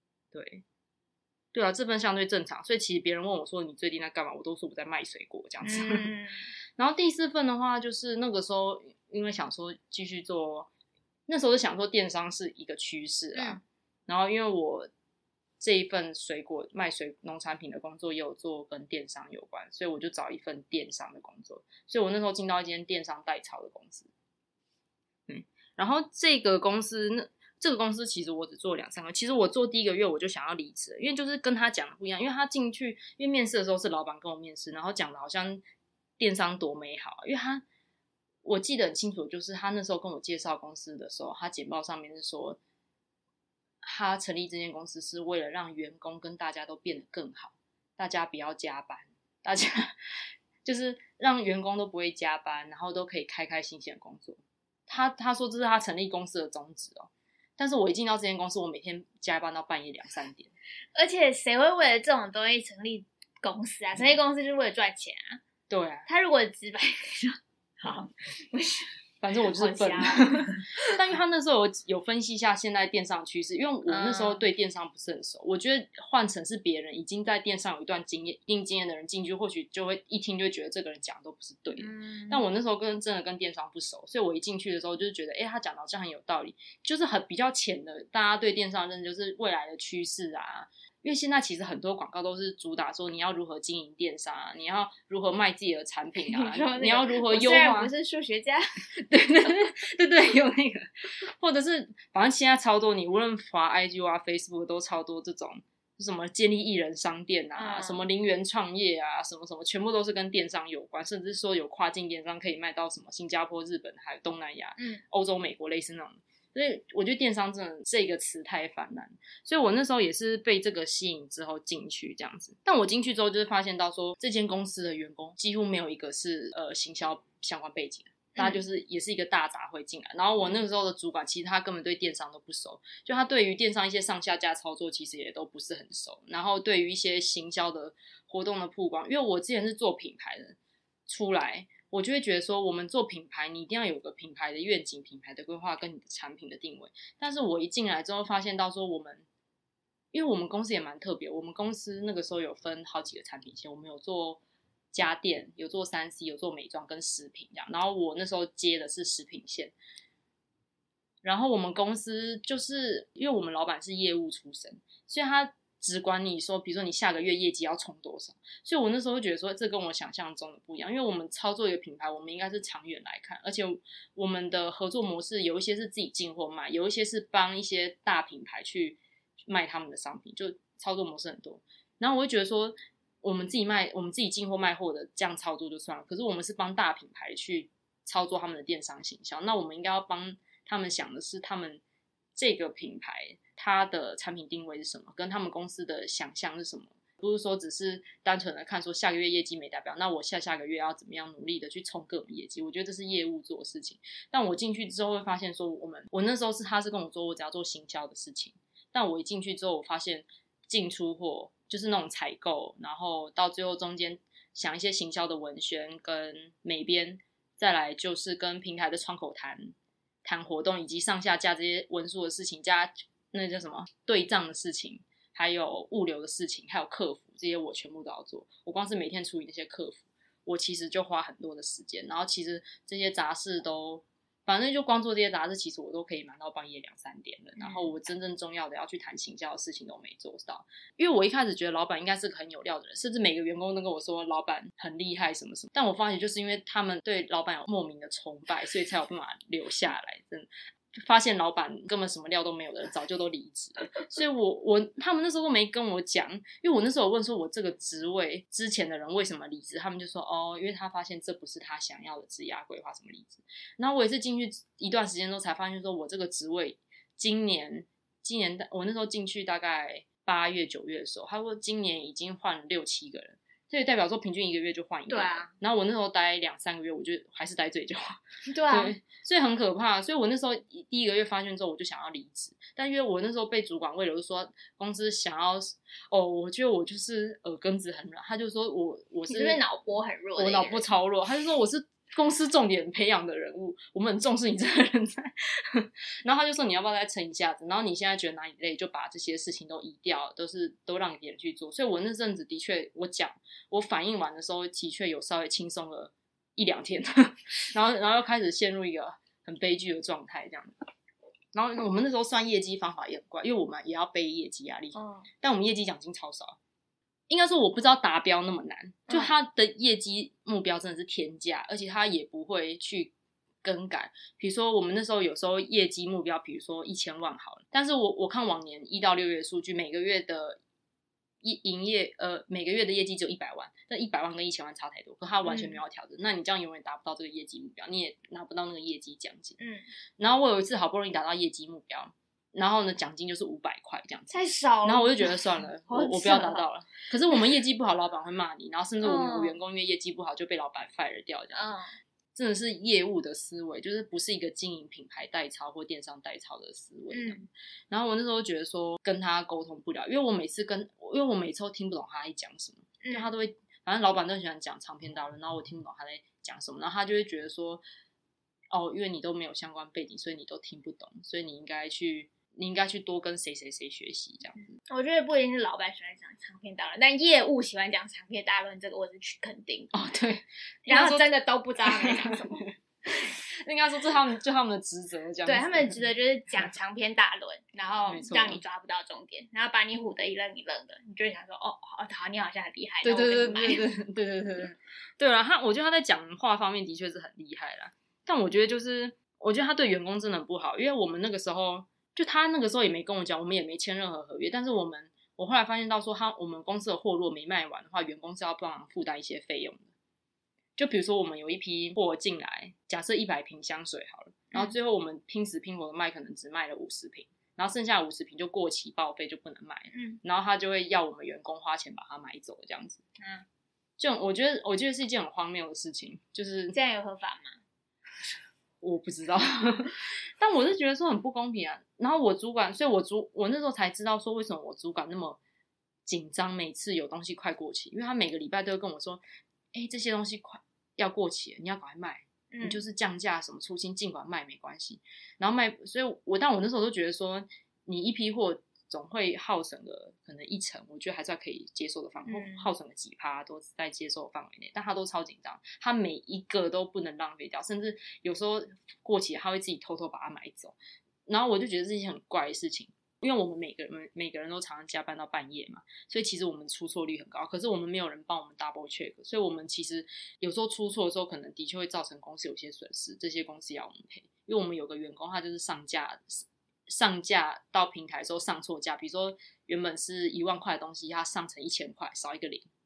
对啊，这份相对正常，所以其实别人问我说你最近在干嘛，我都说我在卖水果这样子。然后第4份的话，就是那个时候因为想说继续做，那时候是想说电商是一个趋势啦。然后因为我这一份卖农产品的工作也有做跟电商有关，所以我就找一份电商的工作，所以我那时候进到一间电商代操的公司。然后这个公司其实我只做2-3个月，其实我做第1个月我就想要离职了，因为就是跟他讲的不一样，因为他进去，因为面试的时候是老板跟我面试，然后讲的好像电商多美好，因为我记得很清楚，就是他那时候跟我介绍公司的时候，他简报上面是说他成立这间公司是为了让员工跟大家都变得更好，大家不要加班，大家就是让员工都不会加班，然后都可以开开心心的工作。他说这是他成立公司的宗旨哦。但是我一进到这间公司，我每天加班到半夜2-3点。 而且谁会为了这种东西成立公司啊？成立公司就是为了赚钱啊。 对啊。 他如果直白说，好， 反正我就是笨。但因为他那时候有分析一下现在电商趋势，因为我那时候对电商不是很熟，我觉得换成是别人已经在电商有一段经验的人进去，或许就会一听就会觉得这个人讲的都不是对的。但我那时候真的跟电商不熟，所以我一进去的时候就是觉得，他讲的好像很有道理，就是很比较浅的，大家对电商的认知就是未来的趋势啊。因为现在其实很多广告都是主打说你要如何经营电商啊，你要如何卖自己的产品啊，你要如何优化。 我虽然不是数学家， 对，有那个，或者是反正现在超多，你无论滑 IG 啊 Facebook 都超多这种什么建立艺人商店啊，什么零元创业啊，什么什么，全部都是跟电商有关，甚至说有跨境电商可以卖到什么新加坡、日本还有东南亚、欧洲、美国类似那种。所以我觉得电商真的这个词太泛滥，所以我那时候也是被这个吸引之后进去这样子。但我进去之后就是发现到说，这间公司的员工几乎没有一个是行销相关背景的，大家就是也是一个大杂烩进来。然后我那个时候的主管其实他根本对电商都不熟，就他对于电商一些上下架操作其实也都不是很熟。然后对于一些行销的活动的曝光，因为我之前是做品牌的出来，我就会觉得说我们做品牌你一定要有个品牌的愿景、品牌的规划跟你的产品的定位。但是我一进来之后发现到说因为我们公司也蛮特别，我们公司那个时候有分好几个产品线，我们有做家电，有做3C， 有做美妆跟食品这样。然后我那时候接的是食品线，然后我们公司就是因为我们老板是业务出身，所以他只管你说比如说你下个月业绩要冲多少，所以我那时候会觉得说这跟我想象中的不一样。因为我们操作一个品牌，我们应该是长远来看，而且我们的合作模式有一些是自己进货卖，有一些是帮一些大品牌去卖他们的商品，就操作模式很多。然后我会觉得说我们自己进货卖货的这样操作就算了，可是我们是帮大品牌去操作他们的电商行销，那我们应该要帮他们想的是他们这个品牌它的产品定位是什么，跟他们公司的想象是什么，不是说只是单纯的看说下个月业绩没达标，那我下个月要怎么样努力的去冲各种业绩，我觉得这是业务做的事情。但我进去之后会发现说我那时候他是跟我说我只要做行销的事情，但我一进去之后我发现进出货就是那种采购，然后到最后中间想一些行销的文宣跟美编，再来就是跟平台的窗口谈活动，以及上下架这些文书的事情，加那叫什么对账的事情，还有物流的事情，还有客服，这些我全部都要做。我光是每天处理那些客服，我其实就花很多的时间。然后其实这些杂事都，反正就光做这些杂事，其实我都可以忙到半夜2-3点了。然后我真正重要的要去谈行销的事情都没做到，因为我一开始觉得老板应该是个很有料的人，甚至每个员工都跟我说老板很厉害什么什么。但我发现就是因为他们对老板有莫名的崇拜，所以才有办法留下来。真的发现老板根本什么料都没有的人早就都离职了，所以他们那时候都没跟我讲，因为我那时候有问说我这个职位之前的人为什么离职，他们就说因为他发现这不是他想要的职业规划，什么离职。然后我也是进去一段时间之后才发现说我这个职位今年我那时候进去大概8月9月的时候，他说今年已经换了6-7个人，所以代表说平均1个月就换一个人。对啊。然后我那时候待2-3个月，我就还是待这里就好。 对啊。 对，所以很可怕。所以我那时候第一个月发现之后，我就想要离职。但因为我那时候被主管为了说公司想要我觉得我就是耳根子很软，他就说我是你是不是脑波很弱？ 我脑波超弱，他就说我是公司重点培养的人物，我们很重视你这个人才。然后他就说你要不要再撑一下子，然后你现在觉得哪里累就把这些事情都移掉，都让别人去做。所以我那阵子的确我反应完的时候的确有稍微轻松了1-2天。然后又开始陷入一个很悲剧的状态这样子。然后我们那时候算业绩方法也很怪，因为我们也要背业绩压力，但我们业绩奖金超少。应该说我不知道达标那么难，就他的业绩目标真的是天价，而且他也不会去更改。比如说我们那时候有时候业绩目标比如说1000万好了，但是我看往年1到6月的数据，每个月的每个月的业绩只有100万，但100万跟1000万差太多，可他完全没有调整。那你这样永远达不到这个业绩目标，你也拿不到那个业绩奖金。然后我有一次好不容易达到业绩目标，然后呢奖金就是500块这样子， 太少了。 然后我就觉得算了，我不要达到了。可是我们业绩不好，老板会骂你，然后甚至我们员工因为业绩不好就被老板 fire 掉这样。真的是业务的思维，就是不是一个经营品牌代操或电商代操的思维。然后我那时候觉得说跟他沟通不了，因为我每次都听不懂他在讲什么，因为他都会，反正老板都很喜欢讲长篇大论，然后我听不懂他在讲什么，然后他就会觉得说因为你都没有相关背景，所以你都听不懂，所以你应该去多跟谁学习这样子。 我觉得不一定是老板喜欢讲长篇大论，但业务喜欢讲长篇大论，这个我是去肯定。 对， 然后真的都不知道他们在讲什么。 应该说这他们的职责这样子。 对，他们的职责就是讲长篇大论，然后让你抓不到重点，然后把你唬得一愣一愣的，你就会想说好，你好像很厉害。 对。对啦，我觉得他在讲话方面的确是很厉害啦，但我觉得他对员工真的不好，因为我们那个时候。就他那个时候也没跟我讲，我们也没签任何合约，但是我后来发现到说我们公司的货如果没卖完的话，员工是要帮忙负担一些费用的。就比如说我们有一批货进来，假设100瓶香水好了，然后最后我们拼死拼活的卖，可能只卖了50瓶，然后剩下50瓶就过期报废就不能卖了。然后他就会要我们员工花钱把它买走这样子。就我觉得是一件很荒谬的事情，就是这样有合法吗？ 我不知道。但我是觉得说很不公平啊。然后我主管，所以我那时候才知道说为什么我主管那么紧张，每次有东西快过期，因为他每个礼拜都会跟我说这些东西快要过期了，你要赶快卖，你就是降价什么出清尽管卖没关系。然后卖，所以但我那时候都觉得说你一批货总会耗损个可能1成，我觉得还算可以接受的范围，耗损个几%都在接受的范围内，但他都超紧张，他每一个都不能浪费掉，甚至有时候过期他会自己偷偷把它买走。然后我就觉得这是一件很怪的事情，因为我们每个人都常常加班到半夜嘛，所以其实我们出错率很高，可是我们没有人帮我们 double check， 所以我们其实有时候出错的时候可能的确会造成公司有些损失，这些公司要我们赔。因为我们有个员工他就是上架到平台的时候上错价，比如说原本是1万块的东西，他上成1000块，少一个0，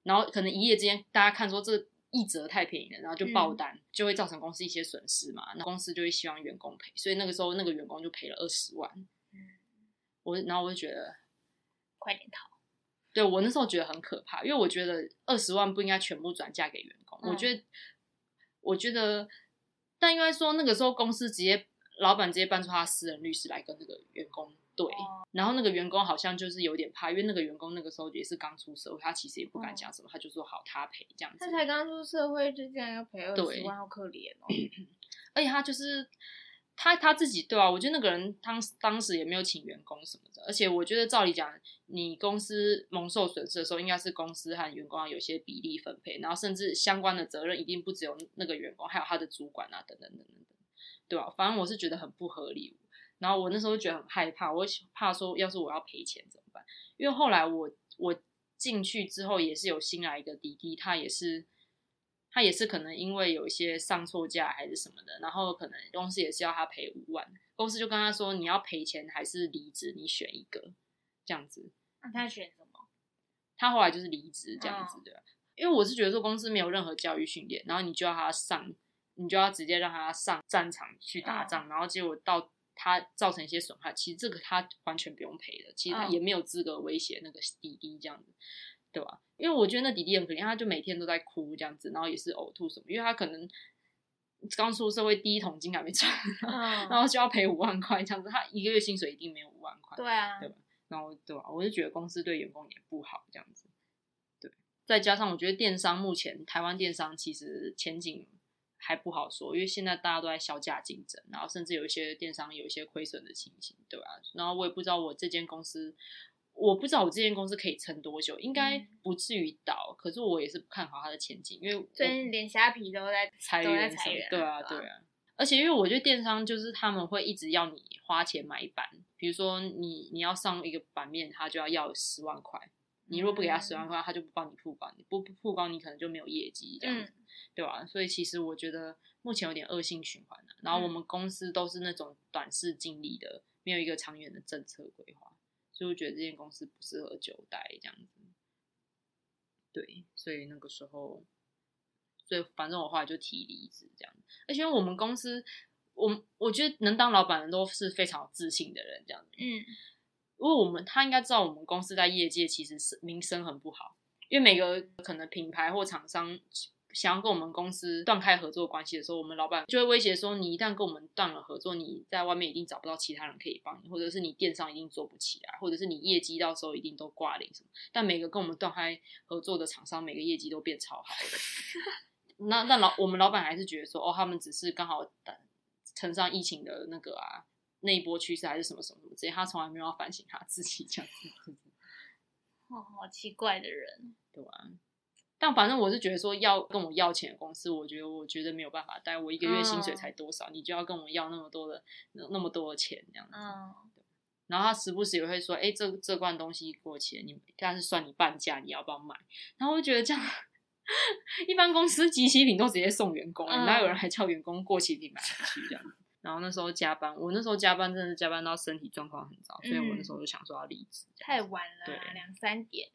然后可能一夜之间大家看说这一折太便宜了，然后就爆单，就会造成公司一些损失嘛，那公司就会希望员工赔，所以那个时候那个员工就赔了20万。然后我就觉得快点逃。 对，我那时候觉得很可怕，因为我觉得20万不应该全部转嫁给员工。我觉得，但应该说那个时候公司老板直接搬出他私人律师来跟那个员工对，然后那个员工好像就是有点怕，因为那个员工那个时候也是刚出社会，他其实也不敢讲什么，他就说好他赔这样子。 他才刚出社会就这样要赔20万，好可怜哦。 而且他就是他自己对啊，我觉得那个人当时也没有请员工什么的，而且我觉得照理讲，你公司蒙受损失的时候，应该是公司和员工要有些比例分配，然后甚至相关的责任一定不只有那个员工，还有他的主管啊等等等等，对吧？反正我是觉得很不合理，然后我那时候就觉得很害怕，我怕说要是我要赔钱怎么办？因为后来我进去之后也是有新来一个弟弟，他也是可能因为有一些上错架还是什么的，然后可能公司也是要他赔5万，公司就跟他说你要赔钱还是离职，你选一个这样子。 那他选什么？ 他后来就是离职这样子，对吧？因为我是觉得说公司没有任何教育训练，然后你就要直接让他上战场去打仗，然后结果到他造成一些损害，其实这个他完全不用赔的，其实他也没有资格威胁那个弟弟这样子。对吧？因为我觉得那弟弟很可怜，他就每天都在哭这样子，然后也是呕吐什么，因为他可能刚出社会第一桶金还没赚，然后就要赔5万块这样子，他一个月薪水一定没有5万块， 对啊， 对吧？然后对吧？我就觉得公司对员工也不好这样子，对。再加上我觉得电商目前台湾电商其实前景还不好说，因为现在大家都在削价竞争，然后甚至有一些电商有一些亏损的情形，对吧？然后我也不知道我这间公司可以撑多久，应该不至于倒，可是我也是不看好它的前景，因为最近连虾皮都在裁员， 对啊。而且因为我觉得电商就是他们会一直要你花钱买版，比如说你要上一个版面，他就要10万块，你如果不给他10万块，他就不帮你曝光，你不曝光你可能就没有业绩这样子，对吧？所以其实我觉得目前有点恶性循环然后我们公司都是那种短视近利的，没有一个长远的政策规划。所以我觉得这间公司不适合久待这样子，对，所以那个时候，所以反正我后来就提离职这样。而且我们公司，我觉得能当老板的都是非常有自信的人这样子，因为他应该知道我们公司在业界其实是名声很不好，因为每个可能品牌或厂商想要跟我们公司断开合作关系的时候，我们老板就会威胁说，你一旦跟我们断了合作，你在外面一定找不到其他人可以帮你，或者是你电商一定做不起来，或者是你业绩到时候一定都挂零什么。但每个跟我们断开合作的厂商，每个业绩都变超好的。那我们老板还是觉得说，他们只是刚好乘上疫情的那一波趋势，还是什么什么什么之类，他从来没有要反省他自己这样子。 好奇怪的人， 对啊。但反正我是觉得说要跟我要钱的公司，我觉得没有办法带，我一个月薪水才多少，你就要跟我要那么多的钱这样子。然后他时不时也会说，这罐东西过期了，但是算你半价，你要不要买？然后我就觉得这样，一般公司即期品都直接送员工，哪有人还叫员工过期品买回去这样子？然后那时候加班，我那时候加班真的是加班到身体状况很糟，所以我那时候就想说要离职。 太晚了啦，2-3点。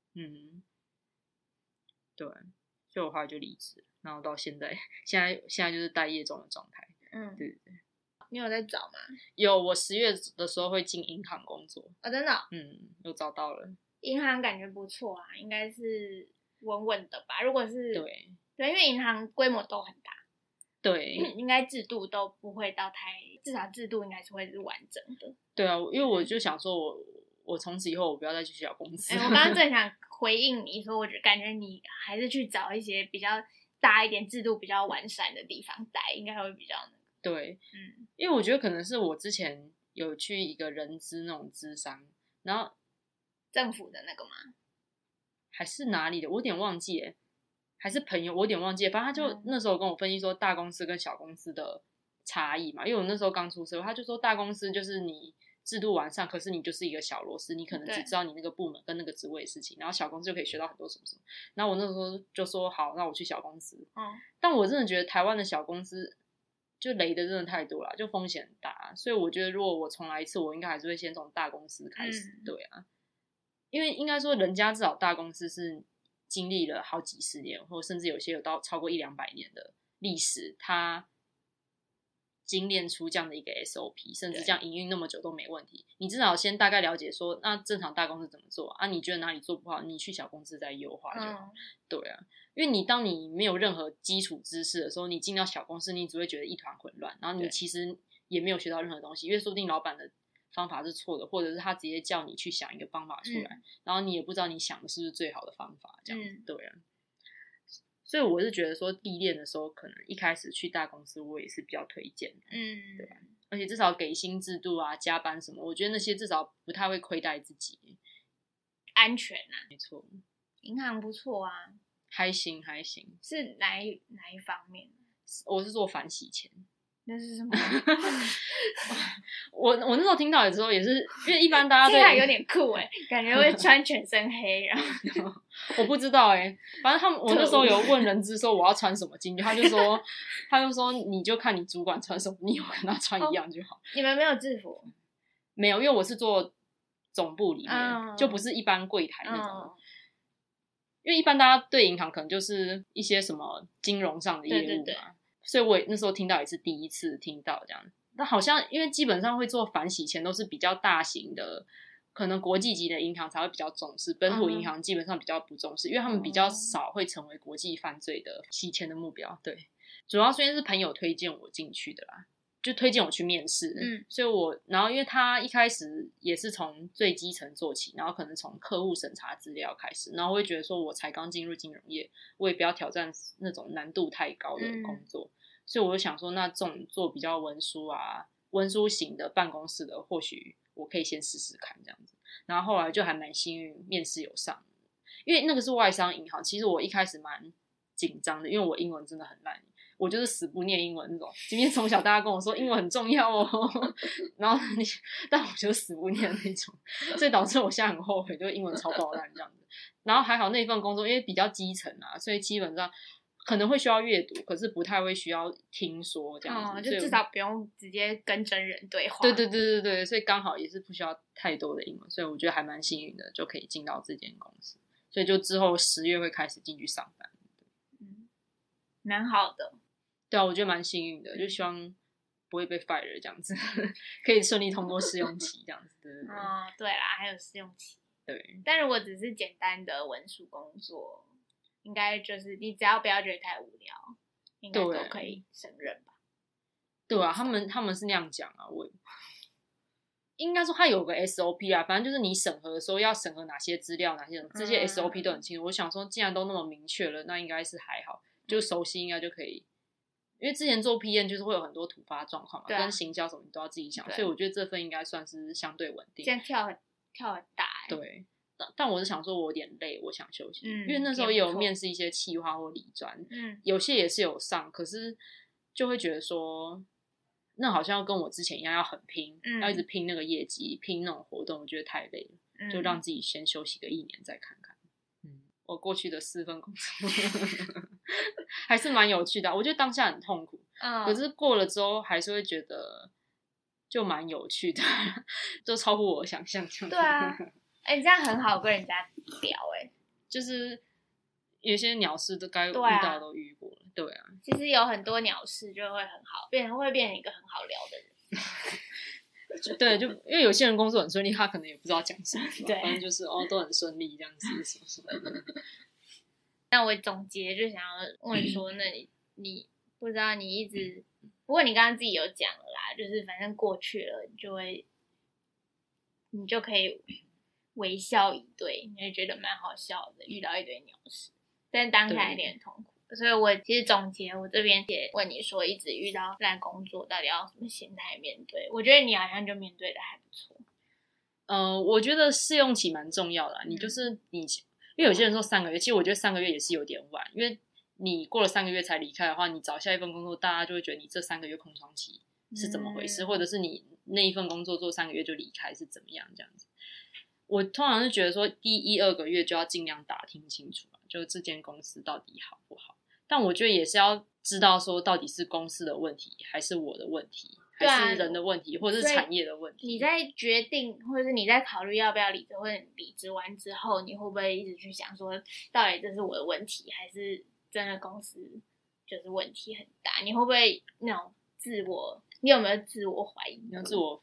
对，所以我后来就离职，然后到现在就是待业中的状态。对。 你有在找吗？ 有，我10月的时候会进银行工作。 真的？ 有找到了。 银行感觉不错啊，应该是稳稳的吧？如果是对， 因为银行规模都很大， 对， 应该制度都不会到至少制度应该是会是完整的。 对啊，因为我就想说我从此以后我不要再去小公司。 我刚刚正想回应你说，我感觉你还是去找一些比较大一点、制度比较完善的地方待，应该会比较对，因为我觉得可能是我之前有去一个人资那种咨商，然后政府的那个吗？ 还是哪里的？我有点忘记了，还是朋友，我有点忘记了。反正他就那时候跟我分析说大公司跟小公司的差异嘛，因为我那时候刚出社会，他就说大公司就是你制度完善，可是你就是一个小螺丝，你可能只知道你那个部门跟那个职位的事情，然后小公司就可以学到很多什么什么。然后我那时候就说好，那我去小公司。但我真的觉得台湾的小公司就雷的真的太多了，就风险很大，所以我觉得如果我重来一次，我应该还是会先从大公司开始。对啊，因为应该说人家至少大公司是经历了好几十年，或甚至有些有到超过100-200年的历史，它精炼出这样的一个 SOP， 甚至这样营运那么久都没问题。你至少先大概了解说，那正常大公司怎么做啊？你觉得哪里做不好，你去小公司再优化就好。对啊，因为当你没有任何基础知识的时候，你进到小公司，你只会觉得一团混乱，然后你其实也没有学到任何东西，因为说不定老板的方法是错的，或者是他直接叫你去想一个方法出来，然后你也不知道你想的是不是最好的方法，这样子。对啊。所以我是觉得说历练的时候，可能一开始去大公司，我也是比较推荐的，对吧？而且至少给薪制度啊、加班什么，我觉得那些至少不太会亏待自己， 安全啊， 没错。 银行不错啊， 还行。 是哪一方面？ 我是做反洗钱。 那是什么？ 我那时候听到的时候也是，因为一般大家对有点酷感觉会穿全身黑，然后我不知道反正我那时候有问人资说我要穿什么进去，他就说你就看你主管穿什么，你有跟他穿一样就好。 你们没有制服？ 没有，因为我是做总部里面，就不是一般柜台那种。因为一般大家对银行可能就是一些什么金融上的业务嘛。对，所以我那时候听到也是第一次听到这样。那好像因为基本上会做反洗钱都是比较大型的，可能国际级的银行才会比较重视，本土银行基本上比较不重视，因为他们比较少会成为国际犯罪的洗钱的目标。对，主要虽然是朋友推荐我进去的啦，就推荐我去面试，所以然后因为他一开始也是从最基层做起，然后可能从客户审查资料开始，然后我会觉得说我才刚进入金融业，我也不要挑战那种难度太高的工作，所以我就想说那这种做比较文书型的办公室的，或许我可以先试试看这样子。然后后来就还蛮幸运，面试有上，因为那个是外商银行，其实我一开始蛮紧张的，因为我英文真的很烂，我就是死不念英文那种，即便从小大家跟我说英文很重要然后但我就死不念那种，所以导致我现在很后悔，就英文超爆烂这样子。然后还好那份工作因为比较基层啊，所以基本上可能会需要阅读，可是不太会需要听说这样子， 就至少不用直接跟真人对话。 对，所以刚好也是不需要太多的英文，所以我觉得还蛮幸运的，就可以进到这间公司，所以就之后10月会开始进去上班。 蛮好的。 对啊，我觉得蛮幸运的，就希望不会被 fire 这样子，可以顺利通过试用期这样子。 对啦，还有试用期。 对， 但如果只是简单的文书工作，应该就是你只要不要觉得太无聊，应该都可以胜任吧？ 对啊，他们是那样讲啊，我应该说他有个 SOP 啊，反正就是你审核的时候要审核哪些资料，哪些这些 SOP 都很清楚。我想说，既然都那么明确了，那应该是还好，就熟悉应该就可以。因为之前做 PM 就是会有很多突发状况嘛，跟行销什么你都要自己想，所以我觉得这份应该算是相对稳定。 现在跳很大对，但我是想说我有点累，我想休息。因为那时候也有面试一些企划或理专，有些也是有上，可是就会觉得说那好像要跟我之前一样要很拼，要一直拼那个业绩，拼那种活动，我觉得太累了，就让自己先休息个1年再看看。我过去的4份工作还是蛮有趣的，我觉得当下很痛苦，可是过了之后还是会觉得就蛮有趣的，就超乎我想象。 对啊，你这样很好跟人家聊就是有些鸟事都该遇到都遇过了。对啊， 其实有很多鸟事就会很好，会变成一个很好聊的人。 对，就因为有些人工作很顺利，他可能也不知道讲什么，反正就是都很顺利这样子，什么的。 那我总结就想要问说，那你不知道你一直，不过你刚刚自己有讲了啦，就是反正过去了，你就可以微笑以对，你会觉得蛮好笑的，遇到一堆鸟事，但当下有点痛苦。所以我其实总结，我这边也问你说，一直遇到烂工作，到底要什么心态面对？我觉得你好像就面对的还不错。 我觉得试用期蛮重要的，你就是因为有些人说3个月，其实我觉得3个月也是有点晚，因为你过了3个月才离开的话，你找下一份工作，大家就会觉得你这3个月空窗期是怎么回事，或者是你那一份工作做3个月就离开是怎么样这样子。我通常是觉得说第1、2个月就要尽量打听清楚，就这间公司到底好不好。但我觉得也是要知道说到底是公司的问题，还是我的问题， 还是人的问题，或者是产业的问题？ 你在决定或者是你在考虑要不要离职，或者离职完之后，你会不会一直去想说，到底这是我的问题，还是真的公司就是问题很大？你会不会那种你有没有自我怀疑？ 你有自我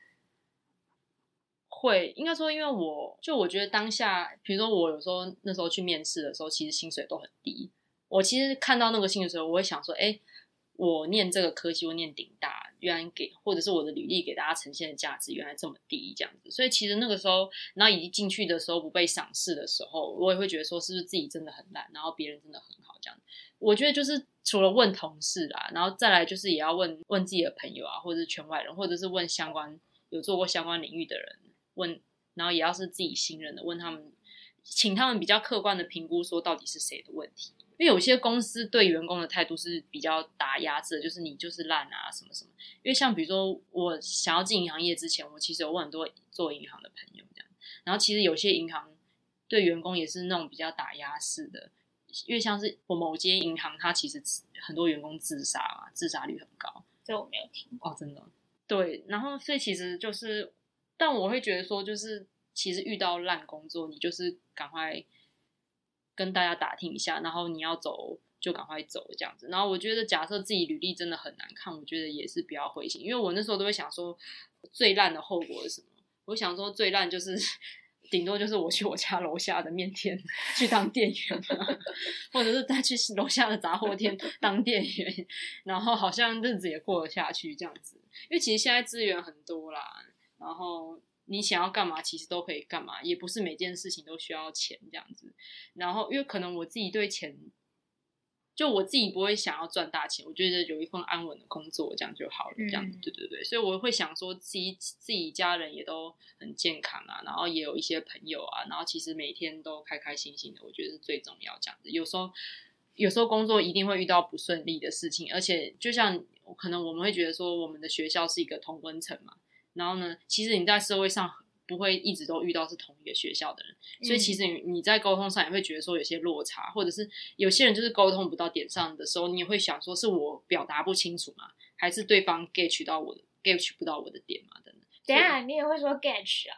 会，应该说，因为我觉得当下，比如说我有时候那时候去面试的时候，其实薪水都很低。我其实看到那个薪水的时候，我会想说，我念这个科系，我念顶大，原来或者是我的履历给大家呈现的价值原来这么低，这样子。所以其实那个时候，然后以及进去的时候不被赏识的时候，我也会觉得说，是不是自己真的很烂，然后别人真的很好这样。我觉得就是除了问同事啦，然后再来就是也要问自己的朋友啊，或者是圈外人，或者是问有做过相关领域的人问，然后也要是自己信任的问他们，请他们比较客观的评估说到底是谁的问题。因为有些公司对员工的态度是比较打压制的，就是你就是烂啊什么什么。因为像比如说我想要进银行业之前，我其实有问很多做银行的朋友这样，然后其实有些银行对员工也是那种比较打压式的，因为像是我某间银行，它其实很多员工自杀嘛，自杀率很高。 这我没有听过。 哦，真的。对，然后所以其实就是，但我会觉得说，就是其实遇到烂工作，你就是赶快跟大家打听一下，然后你要走就赶快走这样子。然后我觉得，假设自己履历真的很难看，我觉得也是不要灰心，因为我那时候都会想说，最烂的后果是什么？我想说最烂就是顶多就是我去我家楼下的面店去当店员啊，或者是再去楼下的杂货店当店员，然后好像日子也过得下去这样子。因为其实现在资源很多啦，然后你想要干嘛其实都可以干嘛，也不是每件事情都需要钱这样子。然后因为可能我自己对钱，就我自己不会想要赚大钱，我觉得有一份安稳的工作这样就好了，这样子。对对对，所以我会想说自己家人也都很健康啊，然后也有一些朋友啊，然后其实每天都开开心心的，我觉得是最重要这样子。有时候工作一定会遇到不顺利的事情，而且就像可能我们会觉得说我们的学校是一个同温层嘛，然后呢其实你在社会上不会一直都遇到是同一个学校的人，所以其实你在沟通上也会觉得说有些落差，或者是有些人就是沟通不到点上的时候，你也会想说是我表达不清楚吗？还是对方 get 不到我的点嘛？等等。 等一下你也会说 catch 啊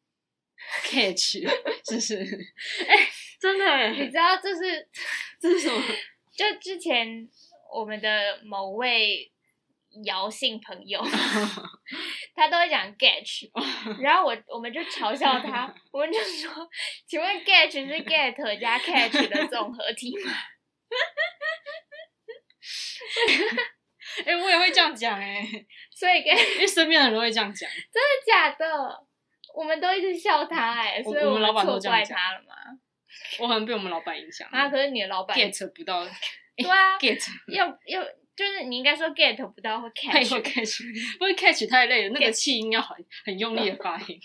？catch 是真的耶， 你知道这是什么？ 就之前我们的某位姚姓朋友他都会讲 catch 然后我们就嘲笑他，我们就说请问 catch 是 get 加 catch 的综合体吗？ 我也会这样讲所以因为身边的人都会这样讲。 真的假的？我们都一直笑他所以我们老板错怪他了吗？ 我可能被我们老板影响啊，可是你的老板 get 不到对啊 get 要就是你应该说 get 不到会 catch 会 catch 不会 catch 太累了，那个气音要很用力的发音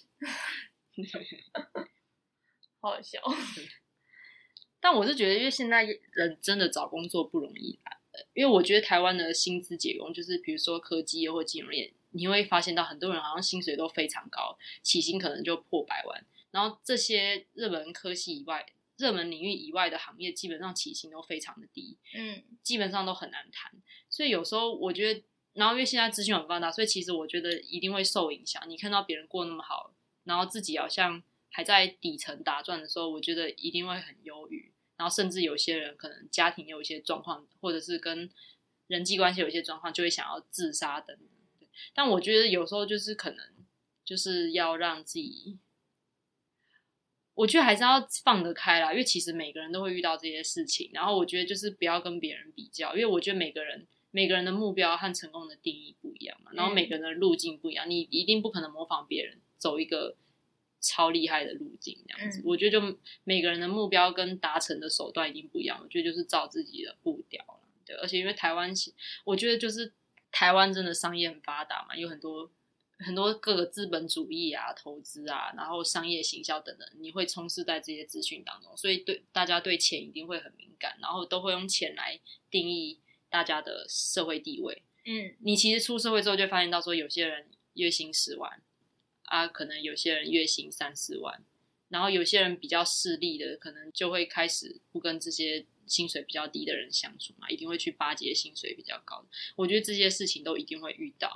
好好笑。 但我是觉得因为现在人真的找工作不容易啦，因为我觉得台湾的薪资结构就是比如说科技业或金融业，你会发现到很多人好像薪水都非常高，起薪可能就破100万，然后这些热门科系以外热门领域以外的行业基本上起薪都非常的低，基本上都很难谈。所以有时候我觉得，然后因为现在资讯很发达，所以其实我觉得一定会受影响。你看到别人过那么好，然后自己好像还在底层打转的时候，我觉得一定会很忧郁。然后甚至有些人可能家庭有一些状况，或者是跟人际关系有一些状况，就会想要自杀等等。但我觉得有时候就是可能就是要让自己，我觉得还是要放得开啦，因为其实每个人都会遇到这些事情。然后我觉得就是不要跟别人比较，因为我觉得每个人的目标和成功的定义不一样嘛，然后每个人的路径不一样，你一定不可能模仿别人走一个超厉害的路径这样子。我觉得就每个人的目标跟达成的手段一定不一样，我觉得就是照自己的步调啦。对，而且因为台湾，我觉得就是台湾真的商业很发达嘛，有很多各个资本主义啊、投资啊，然后商业行销等等，你会充斥在这些资讯当中，所以大家对钱一定会很敏感，然后都会用钱来定义大家的社会地位。你其实出社会之后就发现到说，有些人月薪10万啊，可能有些人月薪3-4万，然后有些人比较势利的，可能就会开始不跟这些薪水比较低的人相处嘛，一定会去巴结薪水比较高的。我觉得这些事情都一定会遇到。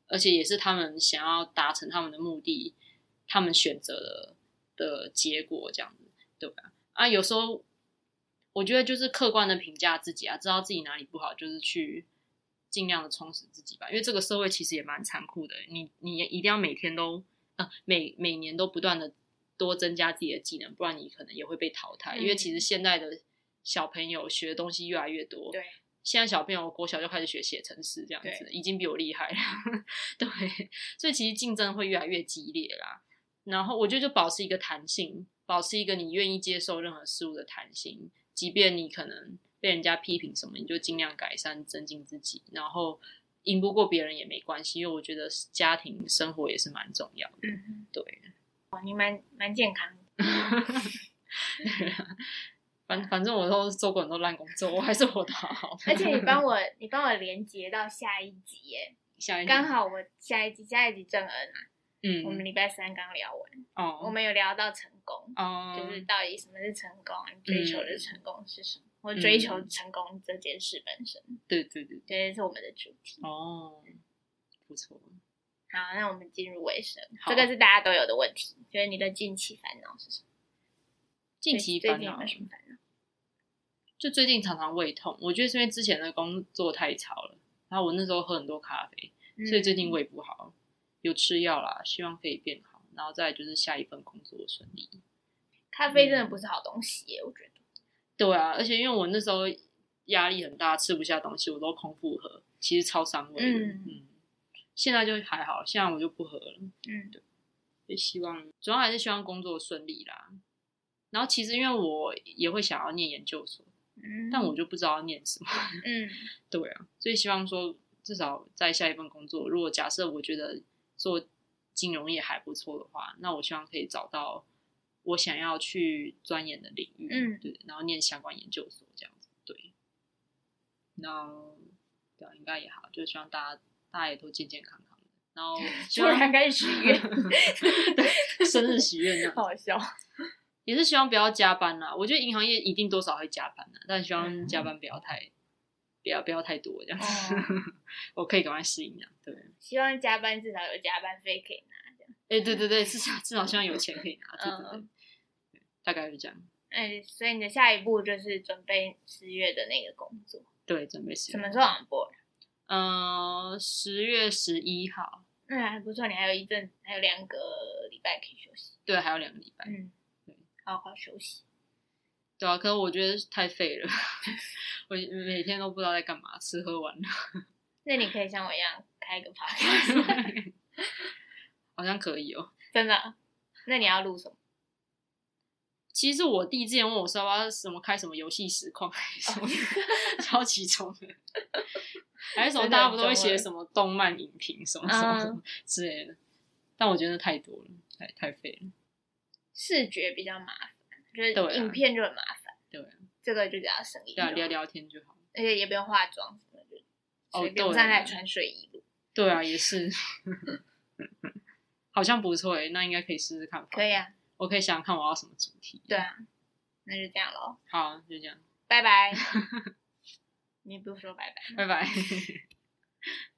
而且也是他们想要达成他们的目的，他们选择的结果这样子，对吧？啊，有时候我觉得就是客观的评价自己啊，知道自己哪里不好，就是去尽量的充实自己吧。因为这个社会其实也蛮残酷的，你一定要每天都每年都不断的多增加自己的技能，不然你可能也会被淘汰。因为其实现在的小朋友学的东西越来越多， 对， 现在小朋友国小就开始学写程式，这样子已经比我厉害了。对，所以其实竞争会越来越激烈啦。然后我觉得就保持一个弹性，保持一个你愿意接受任何事物的弹性，即便你可能被人家批评什么，你就尽量改善增进自己，然后赢不过别人也没关系，因为我觉得家庭生活也是蛮重要的。对， 哇，你蛮健康的。 反正我都做过很多烂工作，我还是活得好好。 而且你帮我连接到下一集耶，刚好我下一集正恩啊，我们礼拜3刚聊完，我们有聊到成功，就是到底什么是成功，追求的成功是什么，或追求成功这件事本身。 对， 这是我们的主题。 不错。 好，那我们进入尾声，这个是大家都有的问题，就是你的近期烦恼是什么？ 近期烦恼， 最近有没有什么烦恼？ 就最近常常胃痛，我觉得是因为之前的工作太吵了，然后我那时候喝很多咖啡，所以最近胃不好，有吃药啦，希望可以变好，然后再来就是下一份工作顺利。 咖啡真的不是好东西耶，我觉得。 对啊，而且因为我那时候压力很大，吃不下东西，我都空腹喝，其实超伤胃的。现在就还好，现在我就不喝了。对，就希望主要还是希望工作顺利啦。然后其实因为我也会想要念研究所，但我就不知道要念什么。对啊，所以希望说至少在下一份工作，如果假设我觉得做金融业还不错的话，那我希望可以找到我想要去钻研的领域，对，然后念相关研究所这样子，对。那对应该也好，就希望大家也都健健康康的，然后突然开始许愿， 对，生日许愿这样， 好笑。 也是希望不要加班啦。我觉得银行业一定多少会加班啦，但希望加班不要太多这样子。我可以赶快适应这样，对。 希望加班至少有加班费可以拿这样。 对，至少希望有钱可以拿，对，大概是这样。 所以你的下一步就是准备10月的那个工作。 对，准备10月。 什么时候 on board？ 10月11号。 还不错，你还有2个礼拜可以休息。 对，还有2个礼拜。 对，好好休息。 对啊，可是我觉得太废了，我每天都不知道在干嘛，吃喝玩乐。 那你可以像我一样开个 podcast。 好像可以哦。 真的？那你要录什么？ 其实我弟之前问我说要什么开什么游戏实况还是什么超级冲的，还是什么大家不都会写什么动漫影评什么什么之类的，但我觉得太多了，太废了。视觉比较麻烦，就是影片就很麻烦。对啊，这个就只要省一点，聊聊天就好，而且也不用化妆什么的，随便上来穿睡衣录。对啊，也是，好像不错那应该可以试试看。可以啊。我可以想想看我要什么主题。对啊，那就这样咯。好，就这样。拜拜。你不说拜拜。拜拜。